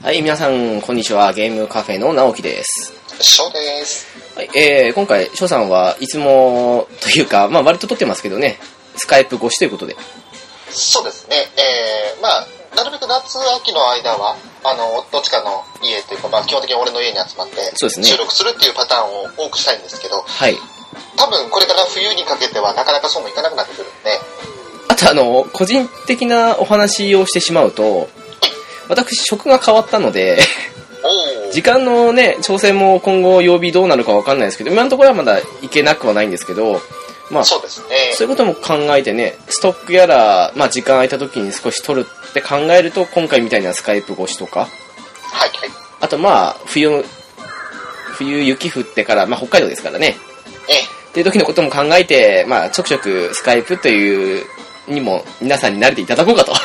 はい、皆さん、こんにちは。ゲームカフェの直樹です。 翔です。 はい、今回、翔さんはいつもというか、割と撮ってますけどね、スカイプ越しということで。 そうですね。なるべく夏、秋の間は、どっちかの家というか、基本的に俺の家に集まって、収録するっていうパターンを多くしたいんですけど、 はい。 多分、これから冬にかけては、なかなかそうもいかなくなってくるんで。 あと、個人的なお話をしてしまうと、私、職が変わったので、時間のね、調整も今後曜日どうなるかわかんないですけど、今のところはまだいけなくはないんですけど、 そうですね。 そういうことも考えてね、ストックやら、時間空いた時に少し取るって考えると、今回みたいなスカイプ越しとか、 はいはい。 あと冬雪降ってから、北海道ですからね。っていう時のことも考えて、ちょくちょくスカイプというにも皆さんに慣れていただこうかと。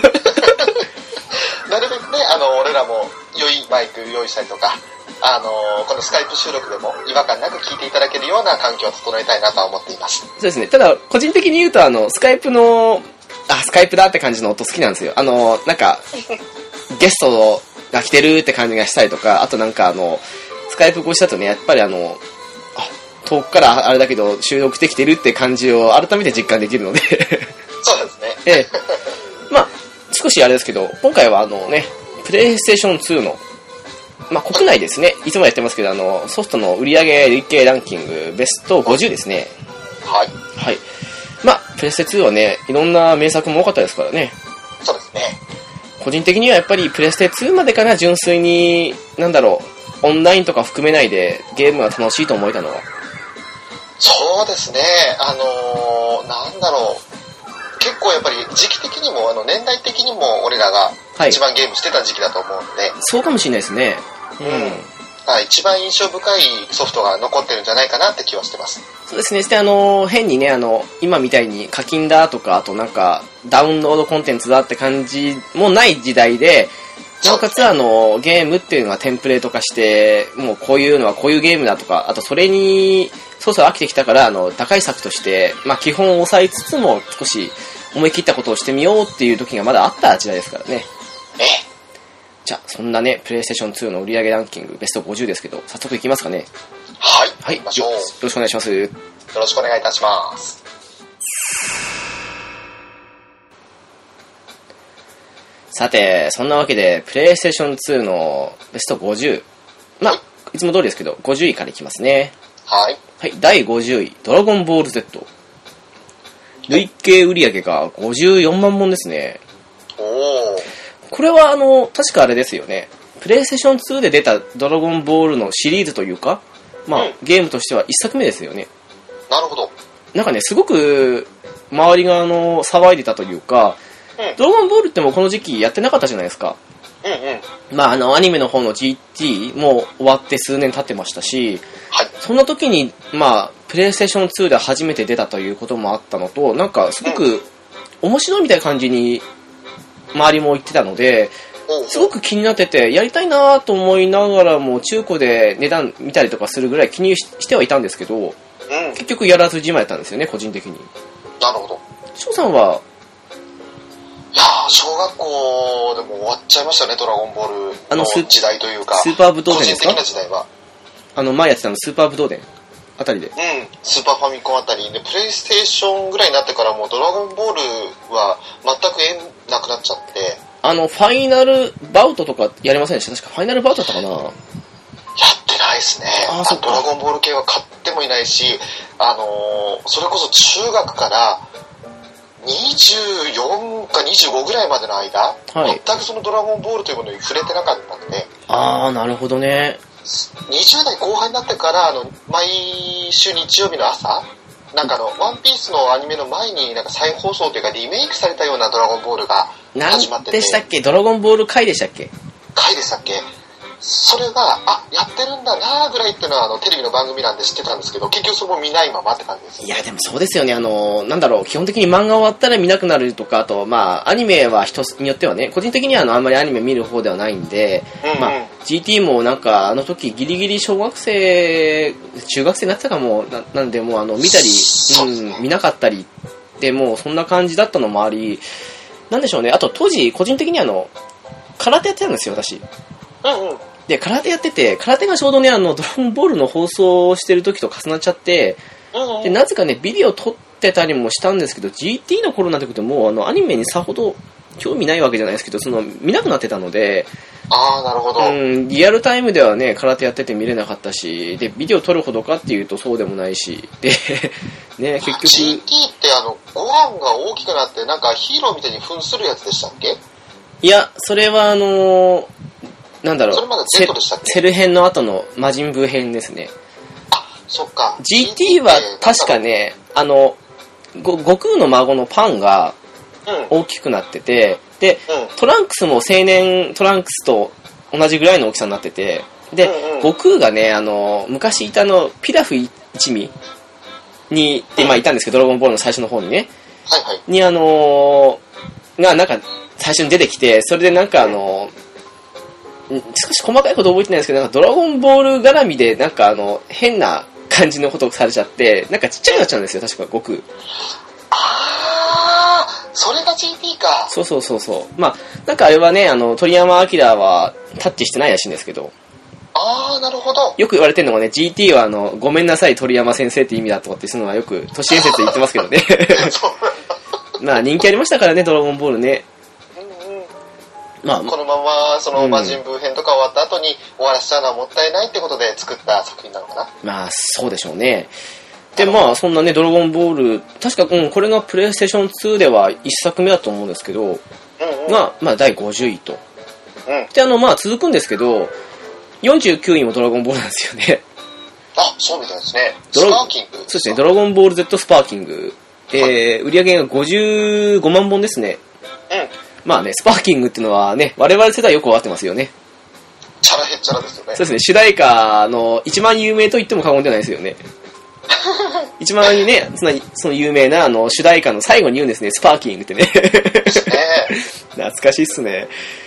なるべくね、俺らも良いマイク用意したりとか、このスカイプ収録でも違和感なく聞いていただけるような環境を整えたいなとは思っています。 そうですね。ただ、個人的に言うと、スカイプだって感じの音好きなんですよ。ゲストが来てるって感じがしたりとか、あとスカイプ越しだとね、やっぱり遠くからあれだけど収録できてるって感じを改めて実感できるので。 そうですね。 少しあれですけど、今回はプレイステーション2の、国内ですね、いつもやってますけど、ソフトの売上累計ランキングベスト50ですね。 はい。 はい。プレステ2はね、いろんな名作も多かったですからね。 そうですね。 個人的にはやっぱりプレステ2までかな、純粋に、オンラインとか含めないでゲームが楽しいと思えたのは。 そうですね。結構やっぱり時期的にも年代的にも俺らが一番ゲームしてた時期だと思うんで、 そうかもしれないですね。 一番印象深いソフトが残ってるんじゃないかなって気はしてます。 そうですね。変にね、今みたいに課金だとか、あとダウンロードコンテンツだって感じもない時代で、なおかつゲームっていうのがテンプレート化して、もうこういうのはこういうゲームだとか、あとそれに、そうそう飽きてきたから、打開策として、基本を抑えつつも少し思い切ったことをしてみようっていう時がまだあった時代ですからね。じゃあ、そんなね、プレイステーション2の売上ランキングベスト50ですけど、早速いきますかね。 はい。 はい。 行きましょう。 よろしくお願いします。よろしくお願いいたします。 さて、そんなわけで、プレイステーション2のベスト50。いつも通りですけど、50位からいきますね。 はい。 はい、第50位、ドラゴンボール Z。累計売上が54万本ですね。これは確かあれですよね。プレイステーション2で出たドラゴンボールのシリーズというか、ゲームとしては一作目ですよね。 なるほど。 すごく周りが騒いでたというか、ドラゴンボールってもうこの時期やってなかったじゃないですか。アニメの方の GT も終わって数年経ってましたし、 はい、 そんな時に、プレイステーション2で初めて出たということもあったのと、すごく面白いみたいな感じに周りも言ってたので、すごく気になってて、やりたいなと思いながらも、中古で値段見たりとかするぐらい気にしてはいたんですけど、結局やらずじまいだったんですよね、個人的に。 なるほど。 翔さんは、 いやー、小学校でも終わっちゃいましたね、ドラゴンボールの時代というか。 スーパー武道伝ですか？ 個人的な時代は。 前やってたのスーパー武道伝あたりで。 スーパーファミコンあたりで、プレイステーションぐらいになってからもうドラゴンボールは全く縁なくなっちゃって。 ファイナルバウトとかやりませんでした？確かファイナルバウトだったかな？ やってないですね。ドラゴンボール系は買ってもいないし、それこそ中学から24か25ぐらいまでの間、全くそのドラゴンボールというものに触れてなかったんで。 なるほどね。 20代後半になってから毎週日曜日の朝、ワンピースのアニメの前に再放送というかリメイクされたようなドラゴンボールが始まってて。 何でしたっけ？ドラゴンボール回でしたっけ？ 回でしたっけ？それが、やってるんだなぐらいっていうのはテレビの番組なんで知ってたんですけど、結局そこ見ないままって感じですよね。 いや、でもそうですよね。基本的に漫画終わったら見なくなるとか、あと、アニメは人によってはね、個人的にはあんまりアニメ見る方ではないんで、GT もあの時ギリギリ小学生、中学生になってたかも、なんでも見たり、見なかったりでもうそんな感じだったのもあり、なんでしょうね。あと当時、個人的に空手やってたんですよ、私。 うんうん。 で、空手やってて、空手がちょうどね、ドラゴンボールの放送をしてる時と重なっちゃって、 うんうん、 で、なぜかね、ビデオ撮ってたりもしたんですけど、GT の頃なんてこともう、アニメにさほど興味ないわけじゃないですけど、見なくなってたので、 ああ、なるほど。 リアルタイムではね、空手やってて見れなかったし、で、ビデオ撮るほどかっていうとそうでもないし、で、ね、結局。 GT ってご飯が大きくなって、なんかヒーローみたいに扮するやつでしたっけ？ いや、それはなんだろう、 それまだ Z でしたっけ？ セル編の後の魔人ブー編ですね。 あ、そっか。 GT は確かね、悟空の孫のパンが大きくなってて、で、トランクスも青年トランクスと同じぐらいの大きさになってて、で、悟空がね、昔いたピラフ一味に、まあいたんですけど、ドラゴンボールの最初の方にね、 はいはい。 にがなんか最初に出てきて、それでなんか少し細かいこと覚えてないんですけど、なんかドラゴンボール絡みでなんか変な感じのことをされちゃって、なんかちっちゃくなっちゃうんですよ、確か悟空。 あー、それが GT か。 そう。まあ、なんかあれはね、鳥山明はタッチしてないらしいんですけど。 あー、なるほど。 よく言われてるのがね、GT はごめんなさい鳥山先生って意味だとかっていうのはよく都市伝説で言ってますけどね。まあ人気ありましたからね、ドラゴンボールね。 まあ、このまま魔人ブー編とか終わった後に終わらせちゃうのはもったいないってことで作った作品なのかな。 まあそうでしょうね。でまあそんなねドラゴンボール確か、これがプレイステーション2では1作目だと思うんですけど、がまあ第50位と。でまあ続くんですけど49位もドラゴンボールなんですよね。 あ、そうみたいですね。スパーキング。 そうですね、ドラゴンボール Z スパーキング。売り上げが55万本ですね。まあね、スパーキングっていうのはね、我々世代よくわかってますよね。 チャラヘッチャラですよね。 そうですね、主題歌の一番有名と言っても過言ではないですよね。一番ね、その有名な主題歌の最後に言うんですね、スパーキングってね。懐かしいっすね。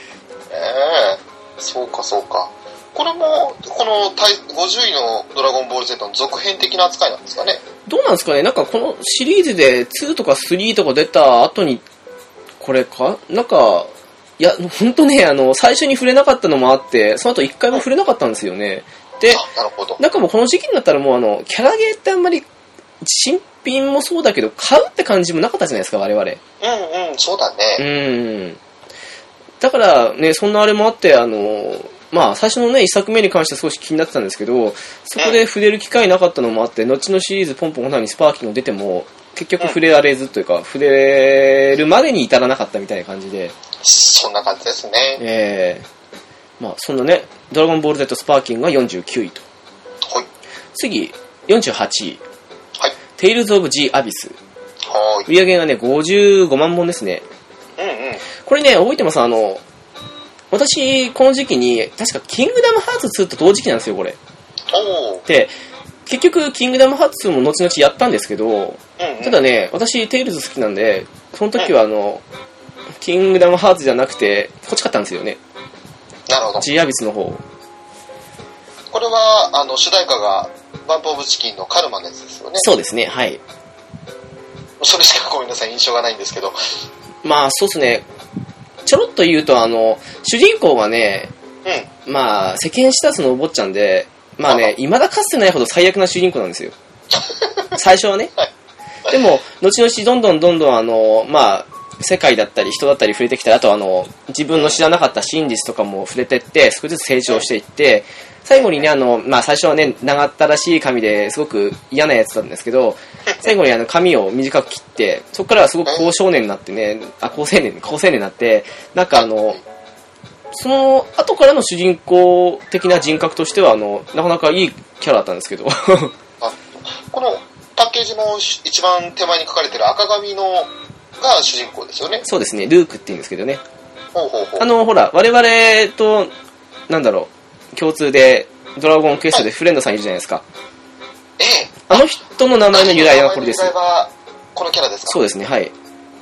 そうか。これも、この50位のドラゴンボール Z の続編的な扱いなんですかね。 どうなんですかね、なんかこのシリーズで2とか3とか出た後に、これかなんか、いや、ほんとね、最初に触れなかったのもあって、その後一回も触れなかったんですよね。で、 なるほど。 なんかもうこの時期になったらもうキャラゲーってあんまり、新品もそうだけど、買うって感じもなかったじゃないですか、我々。 そうだね。 だからね、そんなあれもあって、まあ、最初のね、一作目に関しては少し気になってたんですけど、そこで触れる機会なかったのもあって、後のシリーズポンポンこのようにスパーキング出ても、結局触れられずというか、触れるまでに至らなかったみたいな感じで。 そんな感じですね。 まあ、そんなね、ドラゴンボール Z スパーキングが49位と。 はい。 次、48位。 はい。 テイルズ・オブ・ジ・アビス。 はい。 売り上げがね、55万本ですね。これね、覚えてます？私、この時期に、確か、キングダムハーツ2と同時期なんですよ、これ。で、結局、キングダムハーツ2も後々やったんですけど、ただね、私、テイルズ好きなんで、その時はキングダムハーツじゃなくて、こっち買ったんですよね。 なるほど。 ジアビスの方。 これは、主題歌が、バンプオブチキンのカルマのやつですよね。 そうですね、はい。 それしかごめんなさい、印象がないんですけど。 まあ、そうですね。ちょろっと言うと、主人公がね、まあ、世間知らずのお坊ちゃんで、まあね、未だかつてないほど最悪な主人公なんですよ。最初はね。でも、後々どんどんまあ、世界だったり人だったり触れてきたり、あと自分の知らなかった真実とかも触れてって、少しずつ成長していって、最後にね、まあ最初はね、長ったらしい髪ですごく嫌なやつなんですけど、最後に髪を短く切って、そこからはすごく高少年になってね、高青年になって、なんかその後からの主人公的な人格としては、なかなかいいキャラだったんですけど。 このパッケージの一番手前に書かれてる赤髪のが主人公ですよね。 そうですね、ルークって言うんですけどね。 ほら、我々と、なんだろう、共通で、ドラゴンクエストでフレンドさんいるじゃないですか。あの人の名前の由来はこれです。 由来はこのキャラですか？ そうですね、はい。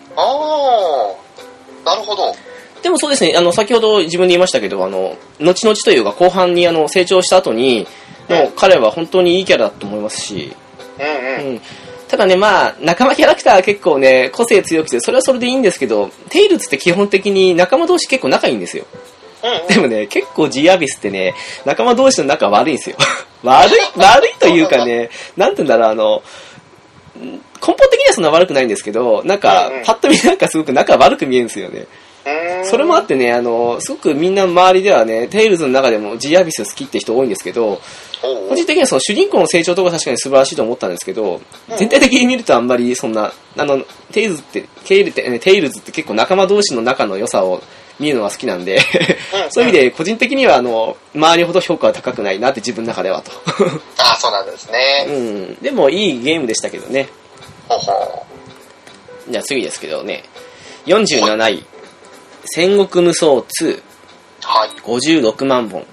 なるほど。 でもそうですね、先ほど自分で言いましたけど、後々というか後半に成長した後に、もう彼は本当にいいキャラだと思いますし、ただね、まあ、仲間キャラクターは結構ね、個性強くて、それはそれでいいんですけど、テイルズって基本的に仲間同士結構仲いいんですよ。 でもね、結構 G アビスってね、仲間同士の仲悪いんですよ。悪いというかね、なんて言うんだろう、根本的にはそんな悪くないんですけど、なんか、パッと見なんかすごく仲悪く見えるんですよね。それもあってね、すごくみんな周りではね、テイルズの中でも G アビス好きって人多いんですけど、個人的にはその主人公の成長とか確かに素晴らしいと思ったんですけど、全体的に見るとあんまりそんな、テイルズって結構仲間同士の仲の良さを見るのが好きなんで、そういう意味で個人的には周りほど評価は高くないなって自分の中ではと。 ああ、そうなんですね。 うん。でもいいゲームでしたけどね。 ほほじゃあ次ですけどね、47位。戦国無双2。 はい。 56万本。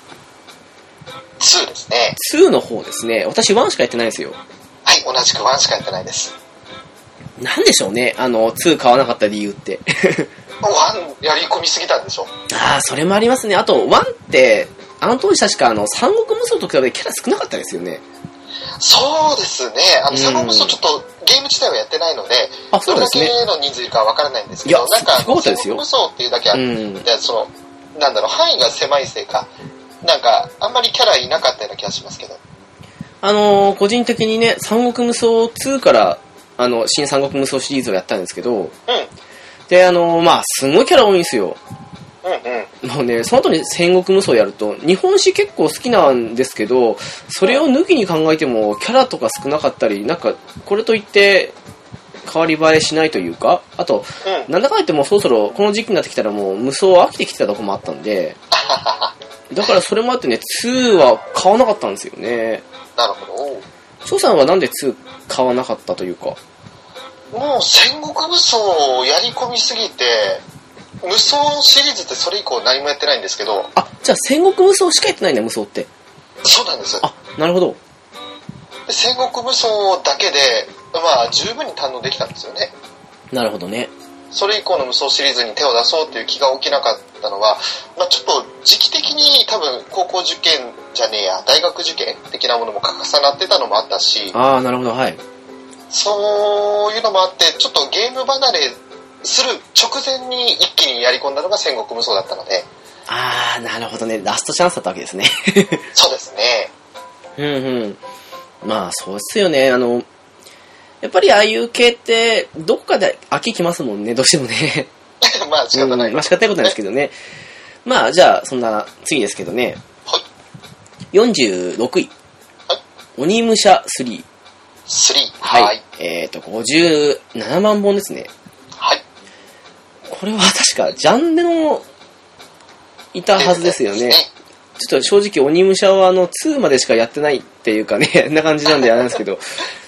2ですね。 2の方ですね。私1しかやってないんですよ。 はい、同じく1しかやってないです。 なんでしょうね、2買わなかった理由って。 1やり込みすぎたんでしょ。 ああ、それもありますね。あと、1って、当時確か三国無双と比べてキャラ少なかったですよね。 そうですね。三国無双ちょっとゲーム自体はやってないので、どれだけの人数いるかわからないんですけど、なんか、戦国無双っていうだけあって、範囲が狭いせいか、なんか、あんまりキャラいなかったような気がしますけど。 個人的にね、三国無双2から、新三国無双シリーズをやったんですけど、で、すごいキャラ多いんですよ。もうね、その後に戦国無双やると、日本史結構好きなんですけど、それを抜きに考えても、キャラとか少なかったり、なんか、これといって、変わり映えしないというか、あと、なんだかんだ言ってもそろそろこの時期になってきたらもう無双飽きてきてたとこもあったんで、だからそれもあってね、2は買わなかったんですよね。 なるほど。 翔さんはなんで2買わなかったというか。 もう戦国無双をやり込みすぎて、無双シリーズってそれ以降何もやってないんですけど。 あ、じゃあ戦国無双しかやってないんだ、無双って。 そうなんです。 あ、なるほど。 で戦国無双だけで、十分に堪能できたんですよね。 なるほどね。 それ以降の無双シリーズに手を出そうという気が起きなかったのは、ちょっと時期的に多分高校受験じゃねえや、大学受験的なものも重なってたのもあったし。 ああ、なるほど、はい。 そういうのもあって、ちょっとゲーム離れする直前に一気にやり込んだのが戦国無双だったので。 ああ、なるほどね。ラストチャンスだったわけですね。 そうですね。 まあ、そうですよね。やっぱりああいう系って、どこかで飽ききますもんね、どうしてもね。 まあ、仕方ない。 仕方ないことなんですけどね。まあ、じゃあ、そんな、次ですけどね。 はい。 46位。はい。鬼武者3。 はい。 57万本ですね。 はい。 これは確か、ジャンルの、いたはずですよね。ちょっと正直、鬼武者は2までしかやってないっていうかね、な感じなんであれなんですけど。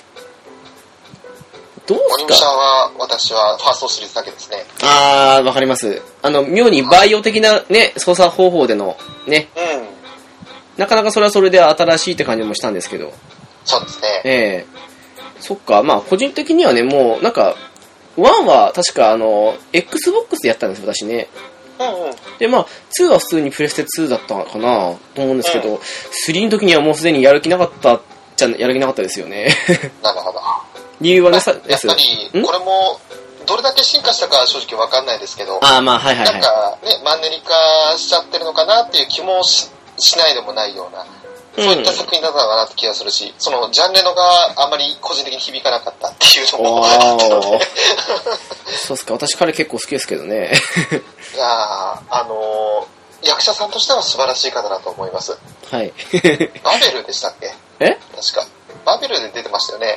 どうすか？ 鬼武者は、私はファーストシリーズだけですね。 あー、わかります。妙にバイオ的なね、操作方法での、ね。なかなかそれはそれで新しいって感じもしたんですけど。 そうですね。 そっか、まあ、個人的にはね、もう、なんか、1は確かXbox でやったんですよ、私ね。で、まあ、2は普通にプレステ2だったかなと思うんですけど、3の時にはもうすでにやる気なかったですよね。 なるほど。 理由はね、 やっぱり、これも、どれだけ進化したかは正直わかんないですけど、 なんかね、マンネリ化しちゃってるのかなっていう気もしないでもないような、そういった作品だったのかなって気がするし、そのジャンルのがあまり個人的に響かなかったっていうのもあったので。 そうっすか、私彼結構好きですけどね。 いや役者さんとしては素晴らしい方だと思います。 はい。 バベルでしたっけ？確か。バベルで出てましたよね。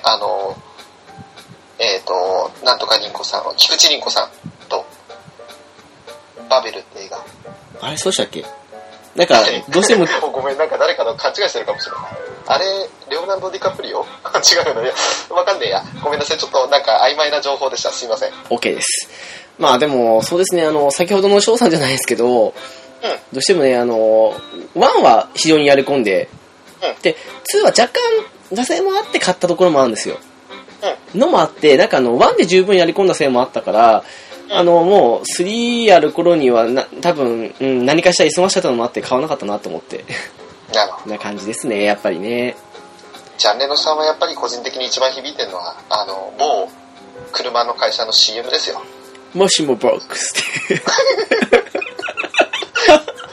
なんとか凛子さんは、菊池凛子さんと、バベルって映画。 あれ、そうしたっけ？なんか、どうしても。 ごめん、なんか誰かの勘違いしてるかもしれない。あれ、レオナルド・ディカプリオ違うのよ。わかんねえや。ごめんなさい。ちょっとなんか曖昧な情報でした。すいません。 OK です。まあでも、そうですね、先ほどの翔さんじゃないですけど、どうしてもね、1は非常にやり込んで、で、2は若干、惰性もあって買ったところもあるんですよ。のもあって、なんか1で十分やり込んだせいもあったから、もう3やる頃には多分、何かしら忙しかったのもあって買わなかったなと思って。な感じですね、やっぱりね。 ジャンレノさんはやっぱり個人的に一番響いてるのは、某車の会社の CM ですよ。 もしもボックスって。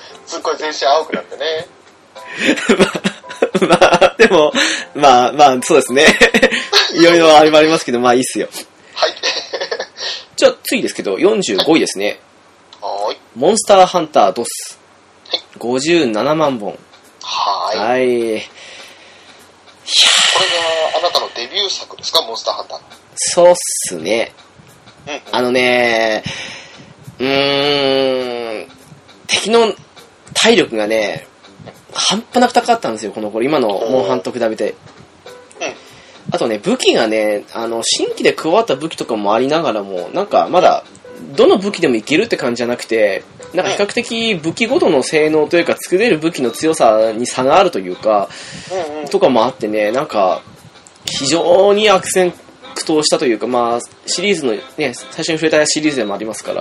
一瞬青くなってね。 でも、そうですね。いろいろありますけど、まあいいっすよ。 はい。 じゃあ次ですけど、45位ですね。 はい。 モンスターハンタードス。はい。57万本。 はい。 はい。いやこれがあなたのデビュー作ですか、モンスターハンターの。 そうっすね。敵の体力がね、半端なく高かったんですよ、この頃。今のモンハンと比べて。あとね、武器がね、新規で加わった武器とかもありながらも、なんかまだ、どの武器でもいけるって感じじゃなくて、なんか比較的武器ごとの性能というか、作れる武器の強さに差があるというか、とかもあってね、なんか、非常に悪戦苦闘したというか、まあ、シリーズのね、最初に触れたシリーズでもありますから、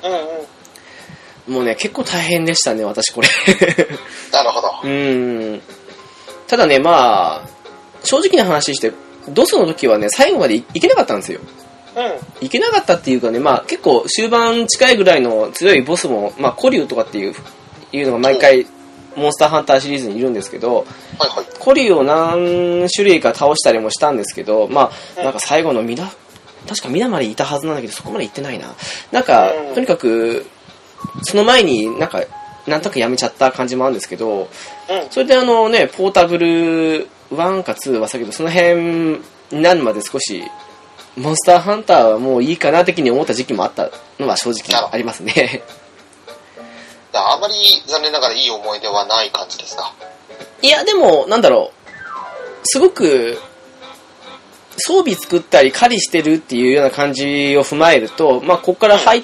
もうね、結構大変でしたね、私これ。 なるほど。 ただね、まあ、正直な話して、ドスの時はね、最後までいけなかったんですよ。いけなかったっていうかね、まあ結構終盤近いぐらいの強いボスも、まあコリュウとかっていうのが毎回モンスターハンターシリーズにいるんですけど、コリュウを何種類か倒したりもしたんですけど、まあなんか最後の確かミナまでいたはずなんだけど、そこまで行ってないな。なんか、とにかく、その前になんとなくやめちゃった感じもあるんですけど、それでポータブル1か2はさけど、その辺になるまで少し、モンスターハンターはもういいかな的に思った時期もあったのは正直ありますね。 あまり残念ながらいい思い出はない感じですか？ いや、でも、なんだろう。すごく、装備作ったり狩りしてるっていうような感じを踏まえると、まあ、ここから入って、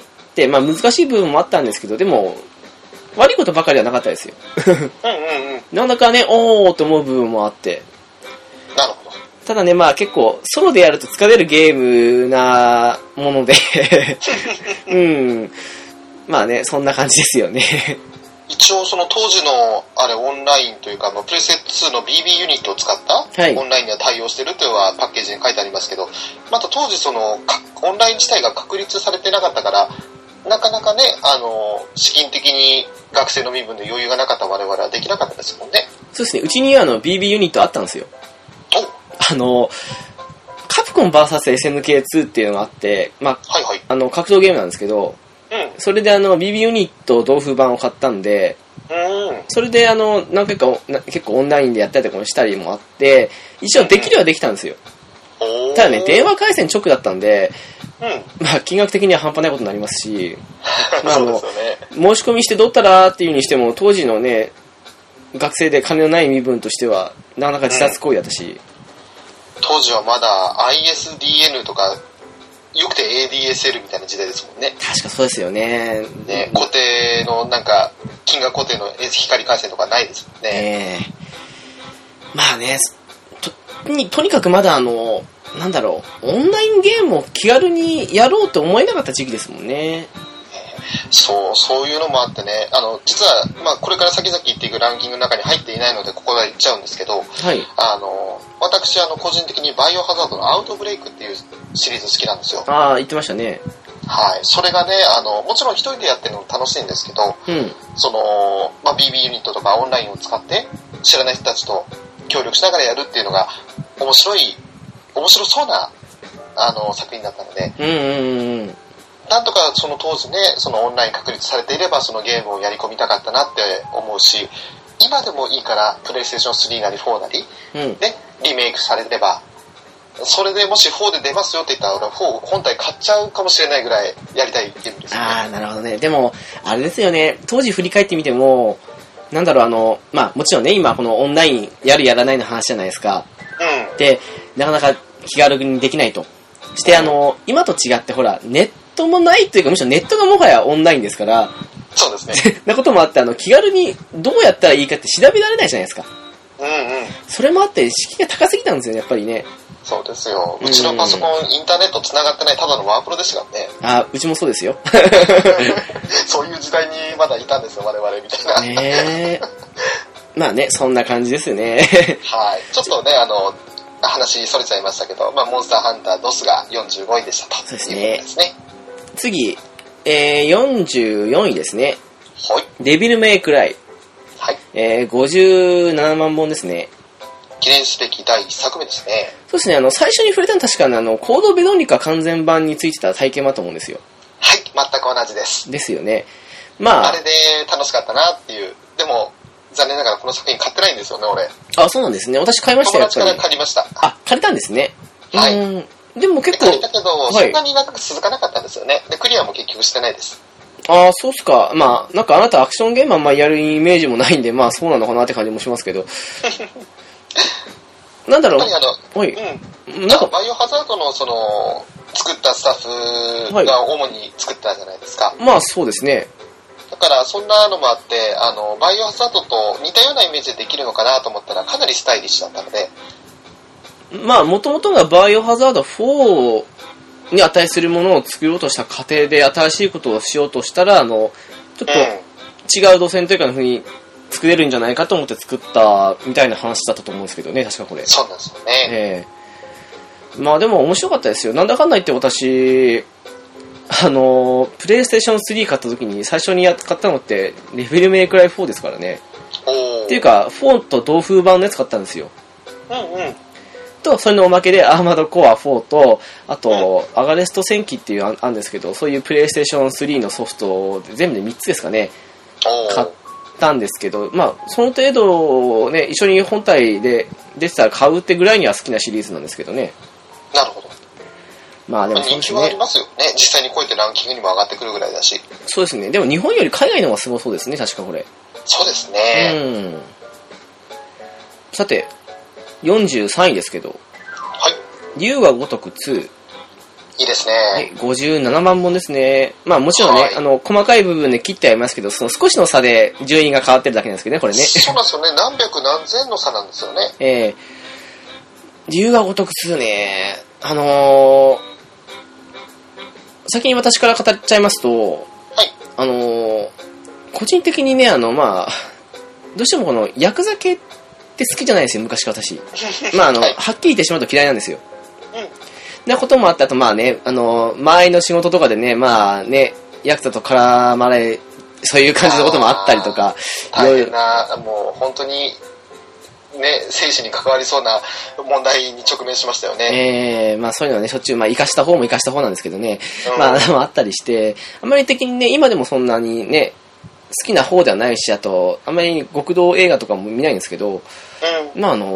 まあ、難しい部分もあったんですけど、でも、悪いことばかりはなかったですよ。なんだかね、おーと思う部分もあって。 なるほど。 ただね、まあ結構、ソロでやると疲れるゲームなもので、まあね、そんな感じですよね。 一応その当時のあれオンラインというか、プレステ2の BB ユニットを使ったオンラインには対応してるというのはパッケージに書いてありますけど、また当時そのオンライン自体が確立されてなかったから、なかなかね、資金的に学生の身分で余裕がなかった我々はできなかったですもんね。 そうですね、うちにはBB ユニットあったんですよ。カプコン VS SNK2 っていうのがあって、まあ、格闘ゲームなんですけど、それでBB ユニット同封版を買ったんで、それで何回か結構オンラインでやったりとかもしたりもあって、一応できるはできたんですよ。ただね、電話回線直だったんで、まあ金額的には半端ないことになりますし、まあ申し込みしてどったらっていうにしても、当時のね、学生で金のない身分としては、なかなか自殺行為だったし、 当時はまだ ISDN とか、よくて ADSL みたいな時代ですもんね。 確かそうですよね。 ね、固定のなんか、金額固定の光回線とかないですもんね。 まあね、とにかくまだなんだろう、オンラインゲームを気軽にやろうと思えなかった時期ですもんね。 そういうのもあってね、実は、まあ、これから先々言っていくランキングの中に入っていないので、ここは言っちゃうんですけど、私、個人的にバイオハザードのアウトブレイクっていうシリーズ好きなんですよ。 ああ、言ってましたね。 はい。それがね、もちろん一人でやってるのも楽しいんですけど、BB ユニットとかオンラインを使って、知らない人たちと協力しながらやるっていうのが、面白そうな、作品だったので、なんとかその当時ね、そのオンライン確立されていれば、そのゲームをやり込みたかったなって思うし、今でもいいから、プレイステーション3なり4なり、リメイクされれば、それでもし4で出ますよって言ったら、俺4本体買っちゃうかもしれないぐらいやりたいゲームですよね。 ああ、なるほどね。でも、あれですよね、当時振り返ってみても、なんだろう、まあもちろんね、今このオンラインやるやらないの話じゃないですか。で、なかなか気軽にできないと。して、今と違ってほら、ネットもないというか、むしろネットがもはやオンラインですから、 そうですね。 なこともあって、気軽にどうやったらいいかって調べられないじゃないですか。それもあって、敷居が高すぎたんですよね、やっぱりね。 そうですよ。うちのパソコン、インターネット繋がってないただのワープロですからね。 あ、うちもそうですよ。 そういう時代にまだいたんですよ、我々みたいな。 ねまあね、そんな感じですね。 はい。ちょっとね、話それちゃいましたけど、まあ、モンスターハンタードスが45位でしたと。そうですね。いうことですね。 次、44位ですね。 はい。 デビルメイクライ。 57万本ですね。 記念すべき第1作目ですね。 そうですね、最初に触れたのは確かにコードベロニカ完全版についてた体験だと思うんですよ。 はい、全く同じです。 ですよね。まあ。 あれで楽しかったなっていう。でも、残念ながらこの作品買ってないんですよね、俺。 あ、そうなんですね。私買いましたよ。 友達から借りました。 あ、借りたんですね。 はい。 でも結構。 借りたけど、そんなになんか続かなかったんですよね。で、クリアも結局してないです。 ああ、そうっすか。まあ、なんかあなたアクションゲームあんまやるイメージもないんで、まあそうなのかなって感じもしますけど。なんだろう。 やっぱりなんかバイオハザードの作ったスタッフが主に作ったじゃないですか。 まあそうですね。 だからそんなのもあって、バイオハザードと似たようなイメージでできるのかなと思ったらかなりスタイリッシュだったので。 まあ元々がバイオハザード4に値するものを作ろうとした過程で新しいことをしようとしたら、ちょっと違う路線というかの風に作れるんじゃないかと思って作ったみたいな話だったと思うんですけどね、確かこれ。 そうなんですよね。 まあでも面白かったですよ。なんだかんだ言って私、プレイステーション3買った時に最初に買ったのって、レベルメイクライ4ですからね。っていうか、4と同封版のやつ買ったんですよ。と、それのおまけで、アーマードコア4と、あと、アガレスト戦記っていうあるんですけど、そういうプレイステーション3のソフトで全部で3つですかね。買ったんですけど、まあ、その程度ね、一緒に本体で出てたら買うってぐらいには好きなシリーズなんですけどね。 なるほど。 まあでも人気はありますよね。実際にこうやってランキングにも上がってくるぐらいだし。 そうですね。でも日本より海外の方がすごそうですね、確かこれ。 そうですね。 さて、43位ですけど。 はい。 竜が如く2。 いいですね。 はい、57万本ですね。まあもちろんね、細かい部分で切ってありますけど、その少しの差で順位が変わってるだけなんですけどね、これね。 そうなんですよね。何百何千の差なんですよね。 竜が如く2ね、先に私から語っちゃいますと、 はい。 個人的にね、まあ、どうしてもこの、ヤクザ系って好きじゃないですよ、昔から私。まあ、はい、はっきり言ってしまうと嫌いなんですよ。なこともあったと、まあね、前の仕事とかでね、まあね、ヤクザと絡まれ、そういう感じのこともあったりとか。 大変な、もう本当に、ね、生死に関わりそうな問題に直面しましたよね。 まあそういうのはね、しょっちゅう、まあ生かした方も生かした方なんですけどね。まあ、あったりして、あんまり的にね、今でもそんなにね、好きな方ではないし、あと、あんまり極道映画とかも見ないんですけど、まあ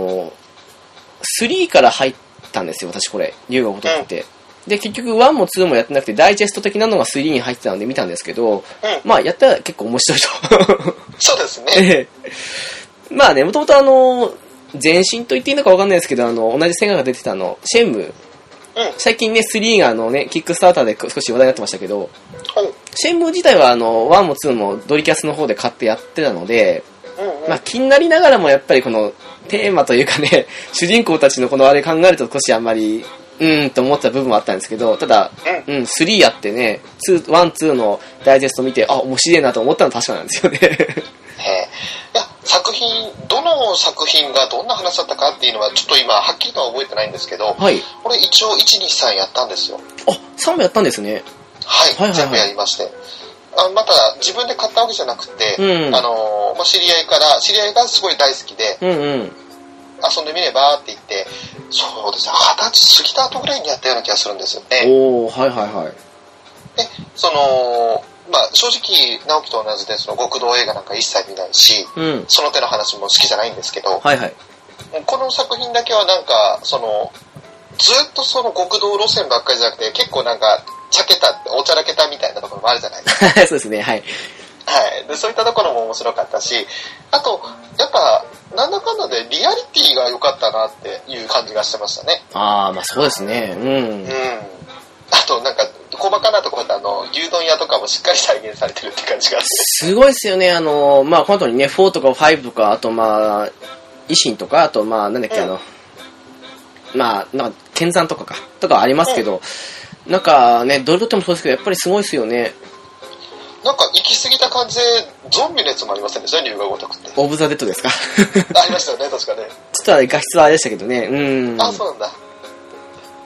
3から入ったんですよ、私これ、竜が如くって。で、結局1も2もやってなくて、ダイジェスト的なのが3に入ってたので見たんですけど、まあやったら結構面白いと。 そうですね。 まあね、もともと前身と言っていいのか分かんないですけど、同じセガが出てたシェンム。最近ね、3がね、キックスターターで少し話題になってましたけど、シェンム自体は1も2もドリキャスの方で買ってやってたので、まあ気になりながらもやっぱりこのテーマというかね、主人公たちのこのあれ考えると少しあんまり、と思った部分もあったんですけど、ただ、3やってね、1、2のダイジェスト見て、あ、面白いなと思ったのは確かなんですよね。 いや、どの作品がどんな話だったかっていうのはちょっと今はっきりとは覚えてないんですけど、これ一応1、2、3やったんですよ。 あ、3もやったんですね。 はい、全部やりまして。また自分で買ったわけじゃなくて、知り合いがすごい大好きで、遊んでみればって言って、そうですね、20歳過ぎた後ぐらいにやったような気がするんですよね。で、まあ、正直、直樹と同じで、極道映画なんか一切見ないし、その手の話も好きじゃないんですけど、この作品だけはなんか、ずっと極道路線ばっかりじゃなくて、結構なんか、おちゃらけたみたいなところもあるじゃないですか。 そうですね、はい。 はい。で、そういったところも面白かったし、あと、やっぱ、なんだかんだでリアリティが良かったなっていう感じがしてましたね。 まあそうですね。 あと、なんか、細かなところで牛丼屋とかもしっかり再現されてるって感じがあって。 すごいですよね。まあ本当にね、4とか5とか、あとまあ、維新とか、あとまあ、なんだっけ、まあ、なんか、剣山とかありますけど、なんかね、どれとってもそうですけど、やっぱりすごいですよね。 なんか、行き過ぎた感じで、ゾンビのやつもありませんでした、竜が如くって。 オブザ・デッドですか。 ありましたよね、確かね。 ちょっと画質はあれでしたけどね。 あ、そうなんだ。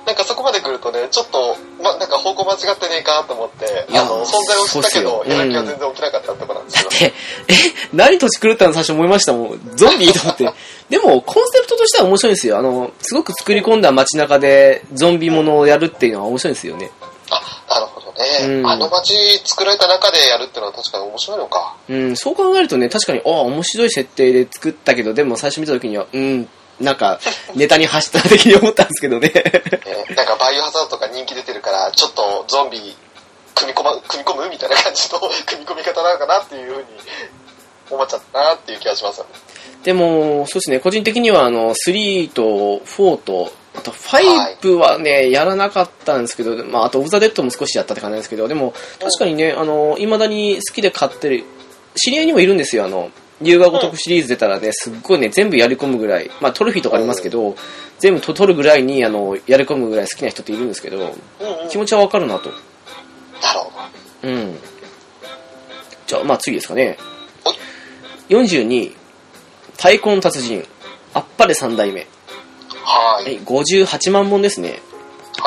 なんかそこまで来るとね、ちょっと、なんか方向間違ってねえかと思って、存在を知ったけど、やる気は全然起きなかったってことなんですよ。 だって、何年狂ったの最初思いましたもん。ゾンビと思って。でも、コンセプトとしては面白いですよ。すごく作り込んだ街中でゾンビものをやるっていうのは面白いですよね。 なるほどね。あの街作られた中でやるっていうのは確かに面白いのか。 そう考えるとね、確かに、面白い設定で作ったけど、でも最初見た時には、なんか、ネタに走った的に思ったんですけどね。 なんかバイオハザードとか人気出てるから、ちょっとゾンビ組み込むみたいな感じの組み込み方なのかなっていうふうに思っちゃったなっていう気がしますよね。 でも、そうですね、個人的には3と4と、あと5はね、やらなかったんですけど、あとオブザ・デッドも少しやったって感じなんですけど、でも、確かにね、未だに好きで買ってる、知り合いにもいるんですよ、龍が如くシリーズ出たらね、すっごいね、全部やり込むぐらい、トロフィーとかありますけど、全部取るぐらいに、やり込むぐらい好きな人っているんですけど、気持ちはわかるなと。 なるほど。 じゃあ、次ですかね。42位、太鼓の達人、あっぱれ3代目。 はい。 58万本ですね。 はい。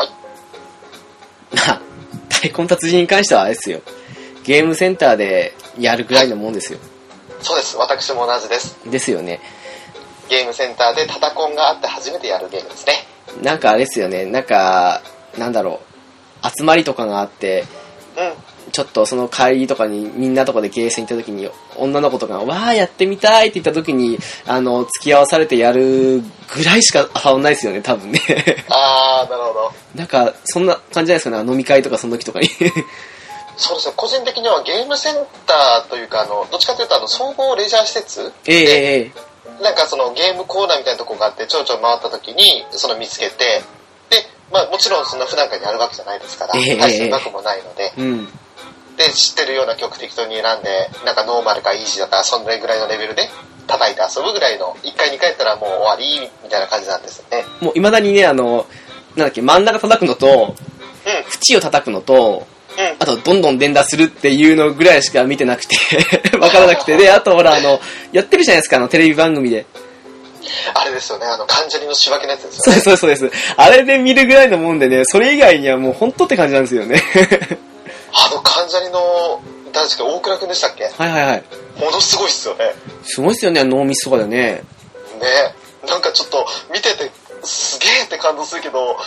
太鼓の達人に関してはあれですよ。ゲームセンターでやるぐらいのもんですよ。 そうです。私も同じです。 ですよね。 ゲームセンターでタタコンがあって初めてやるゲームですね。 なんかあれですよね。なんだろう。集まりとかがあって、ちょっとその帰りとかにみんなとかでゲーセン行った時に女の子とかがわーやってみたいって言った時に付き合わされてやるぐらいしか触んないですよね、多分ね。 なるほど。 なんかそんな感じじゃないですかね、飲み会とかその時とかに。 そうですね、個人的にはゲームセンターというかどっちかというと総合レジャー施設で、なんかそのゲームコーナーみたいなとこがあってちょうちょう回った時に見つけて、で、もちろんそんな普段からやるわけじゃないですから、対戦額もないので、で知ってるような曲適当に選んで、なんかノーマルかイージーだからそんなぐらいのレベルで叩いて遊ぶぐらいの、1回2回やったらもう終わりみたいな感じなんですよね。 もう未だにね、なんだっけ、真ん中叩くのと、縁を叩くのと、あとどんどん連打するっていうのぐらいしか見てなくてわからなくて、で、あとほらやってるじゃないですか、テレビ番組で。 あれですよね、関ジャニの仕分けのやつですよね。 そうです。あれで見るぐらいのもんでね、それ以外にはもう本当って感じなんですよね。 関ジャニの、誰ですか、大倉くんでしたっけ？ はい。 ものすごいっすよね。 すごいっすよね、ノーミスとかでね。 ね、なんかちょっと見ててすげーって感動するけど、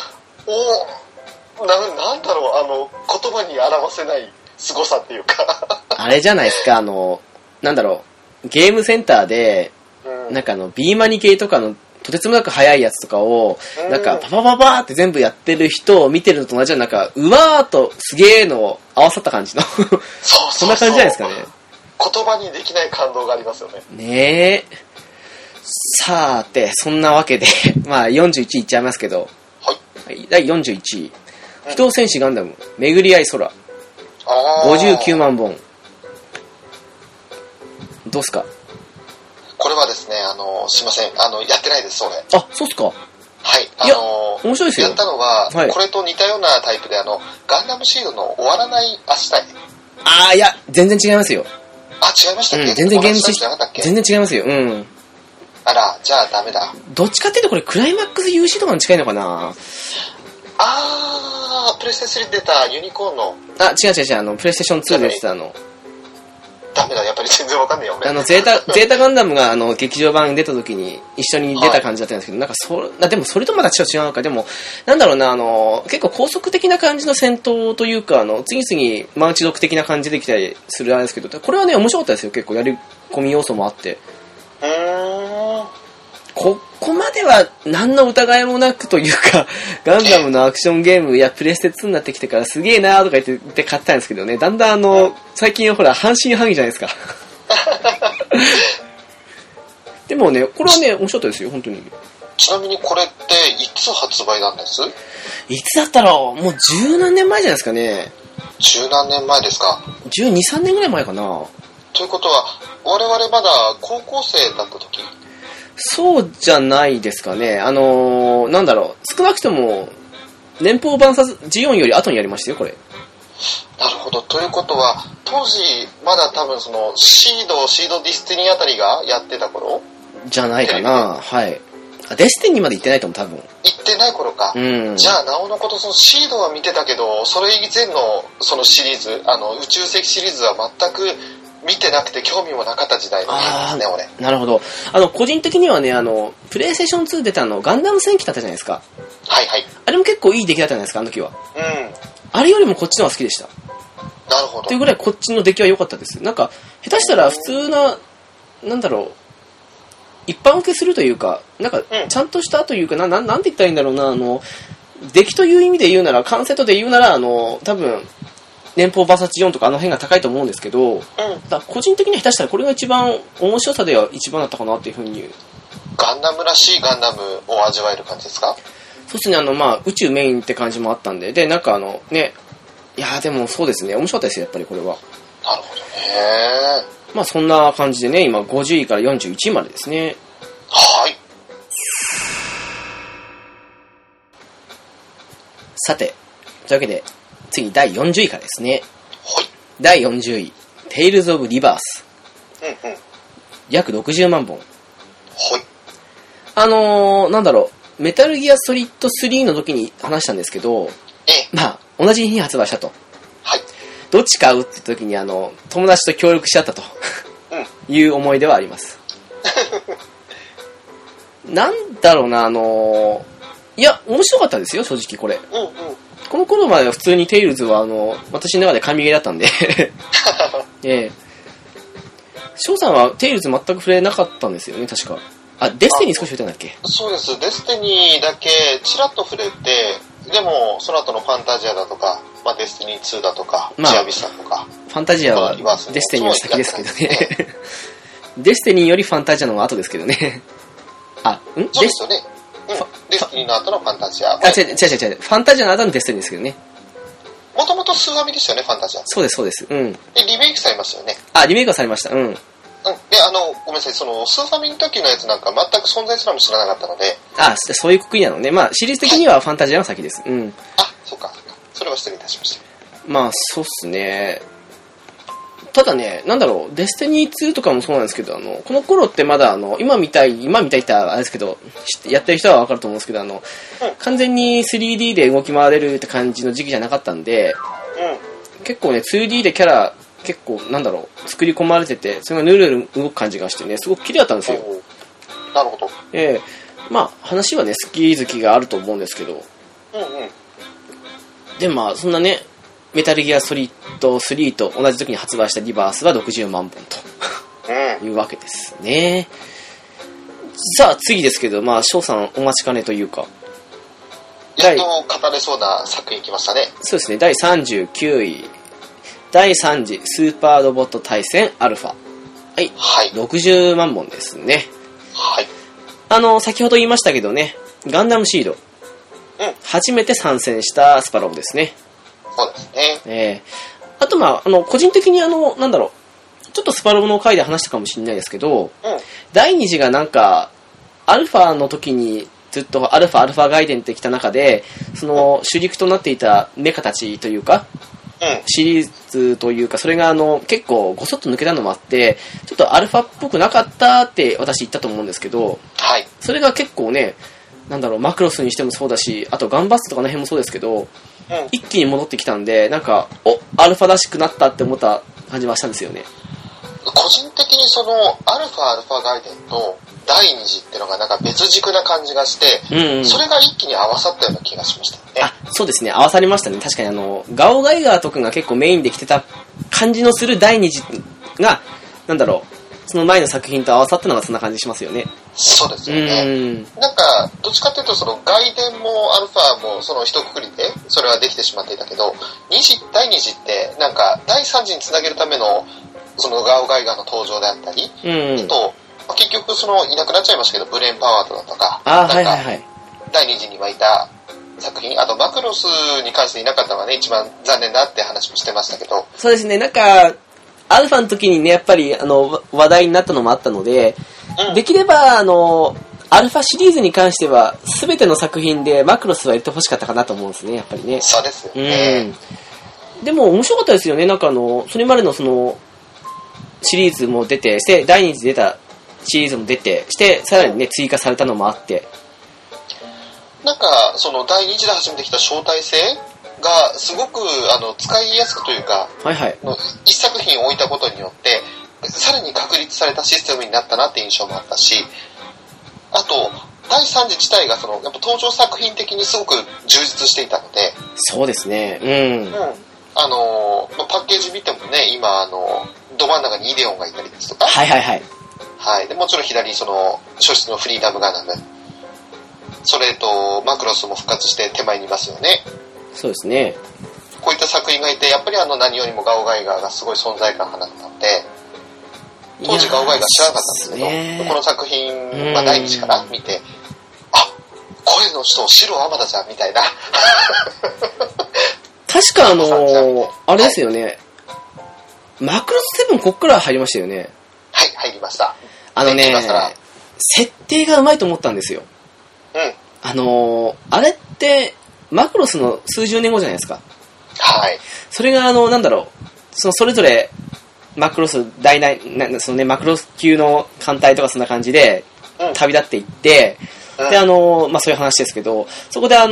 なんだろう、言葉に表せない凄さっていうか。 あれじゃないですか、なんだろう、ゲームセンターで、なんかビーマニ系とかのとてつもなく速いやつとかを、なんかパパパパーって全部やってる人を見てるのと同じような、なんかうわーとすげーのを合わさった感じのそんな感じじゃないですかね。 言葉にできない感動がありますよね。 ねえ。さーて、そんなわけで41位いっちゃいますけど、はい、第41位、機動戦士ガンダム巡り合い空、59万本。どうすか？ これはですね、すいません、やってないです、それ。 そうっすか？ はい、 面白いですよ。 やったのは、これと似たようなタイプで、ガンダムシードの終わらない明日へ。 いや、全然違いますよ。 違いましたっけ？ 全然ゲームシステム全然違いますよ。 あら、じゃあダメだ。 どっちかっていうとこれクライマックス UC とかに近いのかな？ プレステ3で出たユニコーンの。 違う、プレイステーション2で出てたダメだ、やっぱり全然わかんないよ、俺。 ゼータガンダムが劇場版に出た時に一緒に出た感じだったんですけど、なんかでもそれとまたちょっと違うのか。でも、なんだろうな、結構高速的な感じの戦闘というか、次々マンチ族的な感じできたりするあれですけど、これはね、面白かったですよ。結構やり込み要素もあって。ここまでは何の疑いもなくというか、ガンダムのアクションゲームやプレステ2になってきてからすげえなーとか言って買ったんですけどね、だんだん最近ほら半信半疑じゃないですか。でもね、これはね、面白かったですよ、本当に。 ちなみにこれっていつ発売なんです？ いつだったら、もう十何年前じゃないですかね。 十何年前ですか。 12、3年ぐらい前かな。 ということは、我々まだ高校生だった時？ そうじゃないですかね。なんだろう、少なくとも年俸万冊ジオンより後にやりましたよ、これ。 なるほど。ということは、当時まだ多分そのシードディスティニーあたりがやってた頃じゃないかな。はい。 デスティニーまで行ってないと思う、多分。 行ってない頃か。 うん。 じゃあ、なおのことそのシードは見てたけど、それ以前のそのシリーズ、宇宙世紀シリーズは全く見てなくて興味もなかった時代のゲームですね、俺。 なるほど。個人的にはね、プレイステーション2出たガンダム戦記だったじゃないですか。 はいはい。 あれも結構いい出来だったじゃないですか、あの時は。 うん。 あれよりもこっちの方が好きでした。 なるほど。 というぐらいこっちの出来は良かったです。なんか、下手したら普通な、なんだろう、一般受けするというか、なんか、ちゃんとしたというか、なんて言ったらいいんだろうな、出来という意味で言うなら、カンセットで言うなら、多分、年俸バーサチ4とかあの辺が高いと思うんですけど、だ個人的には下手したらこれが一番面白さでは一番だったかなっていうふうに。 ガンダムらしいガンダムを味わえる感じですか？ そうですね、宇宙メインって感じもあったんで、で、なんかね、いやーでもそうですね、面白かったですよ、やっぱりこれは。 なるほどね。 まあそんな感じでね、今50位から41位までですね。 はい。 さて、というわけで、次第40位からですね。 はい。 第40位、テイルズ・オブ・リバース。 うんうん。 約60万本。 はい。 なんだろう、メタルギアソリッド3の時に話したんですけど、まあ、同じ日に発売したと。 はい。 どっち買うって言った時に、友達と協力しちゃったと、いう思い出はあります。なんだろうな、いや、面白かったですよ、正直これ。 うんうん。 この頃までは普通にテイルズは、私の中で神ゲーだったんで。翔さんはテイルズ全く触れなかったんですよね、確か。あ、デスティニー少し触れたんだっけ？ そうです。デスティニーだけチラッと触れて、でも、その後のファンタジアだとか、まあ、デスティニー2だとか、チアビスタとか。 ファンタジアはデスティニーより先ですけどね。デスティニーよりファンタジアの方が後ですけどね。 そうですよね。デスティニーの後のファンタジア。違う。ファンタジアの後のデスティニーですけどね。 もともとスーファミでしたよね、ファンタジア。 そうです、そうです。うん。 で、リメイクされましたよね。 リメイクはされました。うん。 で、ごめんなさい、その、スーファミの時のやつなんか全く存在すらも知らなかったので。 そういうくくりなのね。まあ、シリーズ的にはファンタジアが先です。うん。 そうか。それは失礼いたしました。 まあ、そうっすね。ただね、なんだろう、デスティニー2とかもそうなんですけど、この頃ってまだ、今みたいってあれですけど、やってる人はわかると思うんですけど、完全に 3D で動き回れるって感じの時期じゃなかったんで、結構ね、2D でキャラ、結構、なんだろう、作り込まれてて、それがヌルヌル動く感じがしてね、すごく綺麗だったんですよ。 なるほど。 まあ、話はね、好きがあると思うんですけど、で、まあ、そんなね、メタルギアソリッド3と同じ時に発売したリバースは60万本というわけですね。さあ次ですけど、まあ翔さんお待ちかねというか、 やっと語れそうな作品来ましたね。 そうですね、第39位、第3次スーパーロボット対戦アルファ。はい、60万本ですね。 はい。 先ほど言いましたけどね、ガンダムシード、初めて参戦したスパロボですね。 そうですね。 あとまあ、個人的になんだろう、ちょっとスパロボの回で話したかもしれないですけど、第2次がなんか、アルファの時にずっとアルファ外伝ってきた中で、その主軸となっていたメカたちというか、シリーズというか、それが結構ごそっと抜けたのもあって、ちょっとアルファっぽくなかったって私言ったと思うんですけど、それが結構ね、なんだろう、マクロスにしてもそうだし、あとガンバストとかの辺もそうですけど、一気に戻ってきたんで、なんか、アルファらしくなったって思った感じはしたんですよね。 個人的にその、アルファ外伝と第2次っていうのがなんか別軸な感じがして、それが一気に合わさったような気がしましたね。 そうですね、合わさりましたね。確かにガオガイガーとかが結構メインで来てた感じのする第2次が、なんだろう、その前の作品と合わさったのがそんな感じしますよね。 そうですよね。なんか、どっちかっていうと、その外伝もアルファもその一括りで、それはできてしまっていたけど、第2次って、なんか、第3次につなげるための、そのガオガイガーの登場であったり、あと、結局その、いなくなっちゃいましたけど、ブレーンパワーとだとか、第2次にはいた作品、あとマクロスに関していなかったのがね、一番残念だって話もしてましたけど。 そうですね、なんか、アルファの時にね、やっぱり、話題になったのもあったので、できれば、アルファシリーズに関しては、すべての作品でマクロスは入れてほしかったかなと思うんですね、やっぱりね。 そうですよね。 でも、面白かったですよね。なんかそれまでのその、シリーズも出て、して、第2次出たシリーズも出て、して、さらにね、追加されたのもあって、 なんかその第2次で始めてきた招待制がすごく使いやすくというか、 はいはい、 一作品を置いたことによってさらに確立されたシステムになったなっていう印象もあったし、あと第3次自体がやっぱ登場作品的にすごく充実していたので。 そうですね。 パッケージ見てもね、今ど真ん中にイデオンがいたりですとか、 はいはいはい、 はい、でもちろん左初出のフリーダムガナム、それとマクロスも復活して手前にいますよね。 そうですね。 こういった作品がいて、やっぱり何よりもガオガイガーがすごい存在感を放ったので、当時ガオガイガー知らなかったんですけど、この作品、第2次から見て、あ、声の人白天田じゃんみたいな。 確かあれですよね、はい、マクロス7こっから入りましたよね。 はい、入りました。 設定がうまいと思ったんですよ。あれってマクロスの数十年後じゃないですか。 はい。 それがそれぞれマクロスマクロス級の艦隊とかそんな感じで旅立っていって、でそういう話ですけど、そこで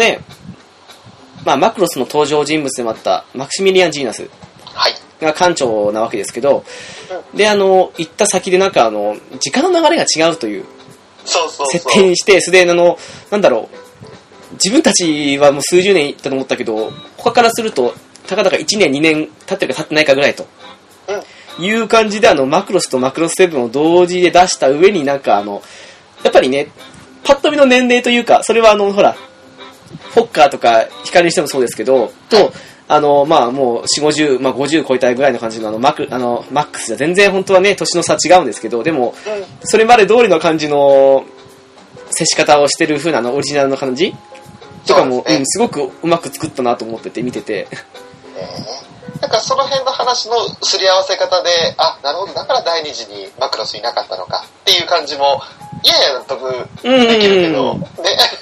マクロスの登場人物でもあったマクシミリアン・ジーナスが艦長なわけですけど、で行った先で時間の流れが違うという設定にして、それで自分たちはもう数十年いったと思ったけど、他からするとたかだか1年2年経ってるか経ってないかぐらいという感じで、マクロスとマクロス7を同時で出した上にやっぱりね、パッと見の年齢というか、それはほらフォッカーとか光にしてもそうですけど、ともう4、50、50超えたぐらいの感じのマックスじゃ全然本当はね、年の差違うんですけど、でも、それまで通りの感じの接し方をしてる風なオリジナルの感じとかも、すごくうまく作ったなと思ってて見てて。 なんかその辺の話のすり合わせ方で、あ、なるほど、だから第2次にマクロスいなかったのかっていう感じも、いやいや納得できるけど、ね。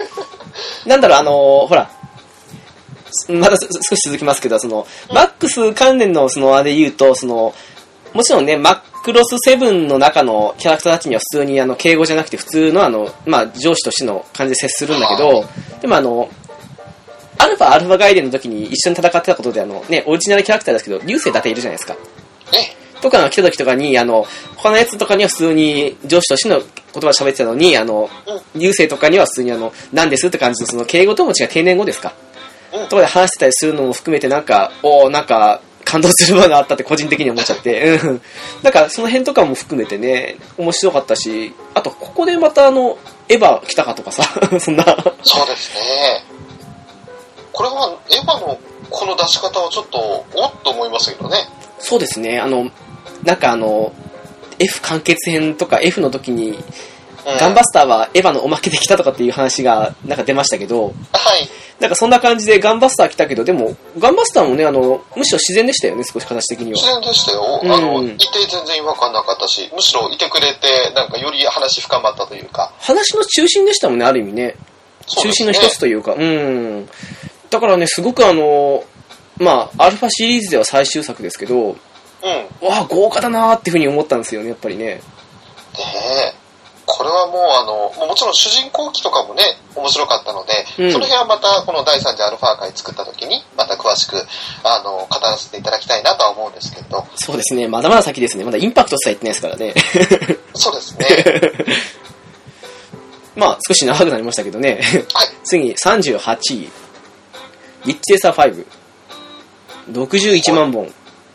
ほら、まだ少し続きますけど、マックス関連のあれ言うと、もちろんね、マクロス7の中のキャラクターたちには普通に敬語じゃなくて普通の上司としての感じで接するんだけど、でもアルファガイデンの時に一緒に戦ってたことでオリジナルキャラクターですけど、流星だっているじゃないですか。とか来た時とかに、他のやつとかには普通に上司としての言葉を喋ってたのに、流星とかには普通に何ですって感じの敬語とも違う定年語ですか。とかで話してたりするのも含めて感動するものがあったって個人的に思っちゃって、その辺とかも含めてね、面白かったし、あとここでまたエヴァ来たかとかさ、そんな。 そうですね。これはエヴァのこの出し方はちょっとおっと思いますけどね。 そうですね。F 完結編とか F の時に、ガンバスターはエヴァのおまけで来たとかっていう話が出ましたけど、 はい。 そんな感じでガンバスター来たけど、でもガンバスターもね、むしろ自然でしたよね、少し形的には。 自然でしたよ。いて全然違和感なかったし、むしろいてくれてより話深まったというか。 話の中心でしたもんね、ある意味ね。中心の一つというか、だからね、すごくアルファシリーズでは最終作ですけど、わあ豪華だなーっていうふうに思ったんですよね、やっぱりね。 これはもうもちろん主人公機とかもね面白かったので、その辺はまたこの第3次アルファ回作った時にまた詳しく語らせていただきたいなとは思うんですけど。 そうですね、まだまだ先ですね。まだインパクトさえ言ってないですからね。 そうですね。 少し長くなりましたけどね。 はい、 次38位リッチレーサー5 61万本。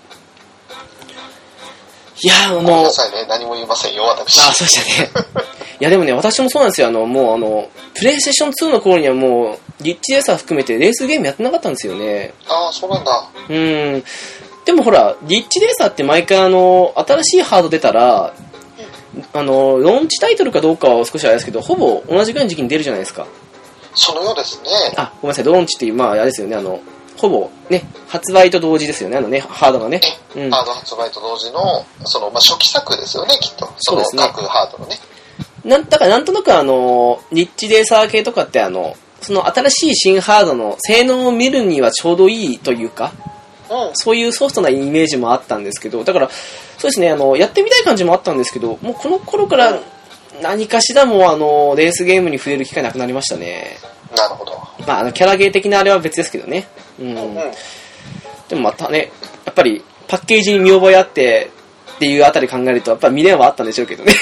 いやもう。ごめんなさいね、何も言いませんよ、私。 そうでしたね。いやでもね、私もそうなんですよ。もうプレイステーション2の頃にはもう、リッチレーサー含めてレースゲームやってなかったんですよね。 そうなんだ。 でもほら、リッチレーサーって毎回新しいハード出たら、ローンチタイトルかどうかは少しあれですけど、ほぼ同じぐらいの時期に出るじゃないですか。 そのようですね。 ごめんなさい、ローンチっていう、あれですよね、ほぼね、発売と同時ですよね、ハードがね。 ハード発売と同時の、初期作ですよね、きっと。 そうですね。 各ハードのね。 だからなんとなくリッチレーサー系とかってその新しい新ハードの性能を見るにはちょうどいいというか、そういうソフトなイメージもあったんですけど、だから、そうですね、やってみたい感じもあったんですけど、もうこの頃から何かしらもレースゲームに触れる機会なくなりましたね。 なるほど。 まあ、キャラゲー的なあれは別ですけどね。うん。でもまたね、やっぱりパッケージに見覚えあってっていうあたり考えると、やっぱ未練はあったんでしょうけどね。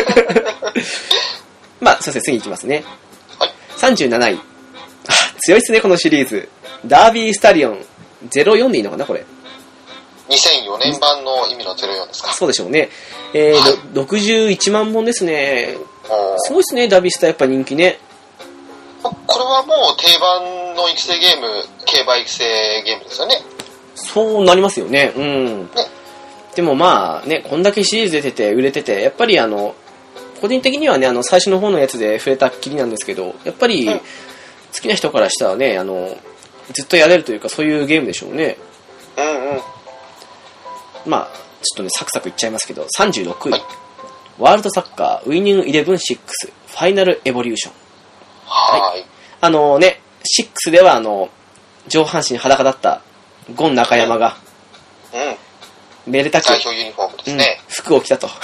まあ、そうですね、次いきますね。 はい。 37位。強いっすね、このシリーズ。ダービースタリオン。04でいいのかな、これ。 2004年版の意味の04ですか。 そうでしょうね。61万本ですね。すごいっすね、ダービースターやっぱ人気ね。 これはもう定番の育成ゲーム、競馬育成ゲームですよね。 そうなりますよね。うん。ね、でもまあね、こんだけシリーズ出てて売れてて、やっぱり個人的にはね、最初の方のやつで触れたっきりなんですけど、やっぱり、好きな人からしたらね、ずっとやれるというか、そういうゲームでしょうね。 うんうん。 まあ、ちょっとね、サクサクいっちゃいますけど、36位。はい、ワールドサッカー、ウィニング11-6、ファイナルエボリューション。 はい。 ね、6では上半身裸だったゴン中山が、めでたく、 代表ユニフォームですね。 服を着たと。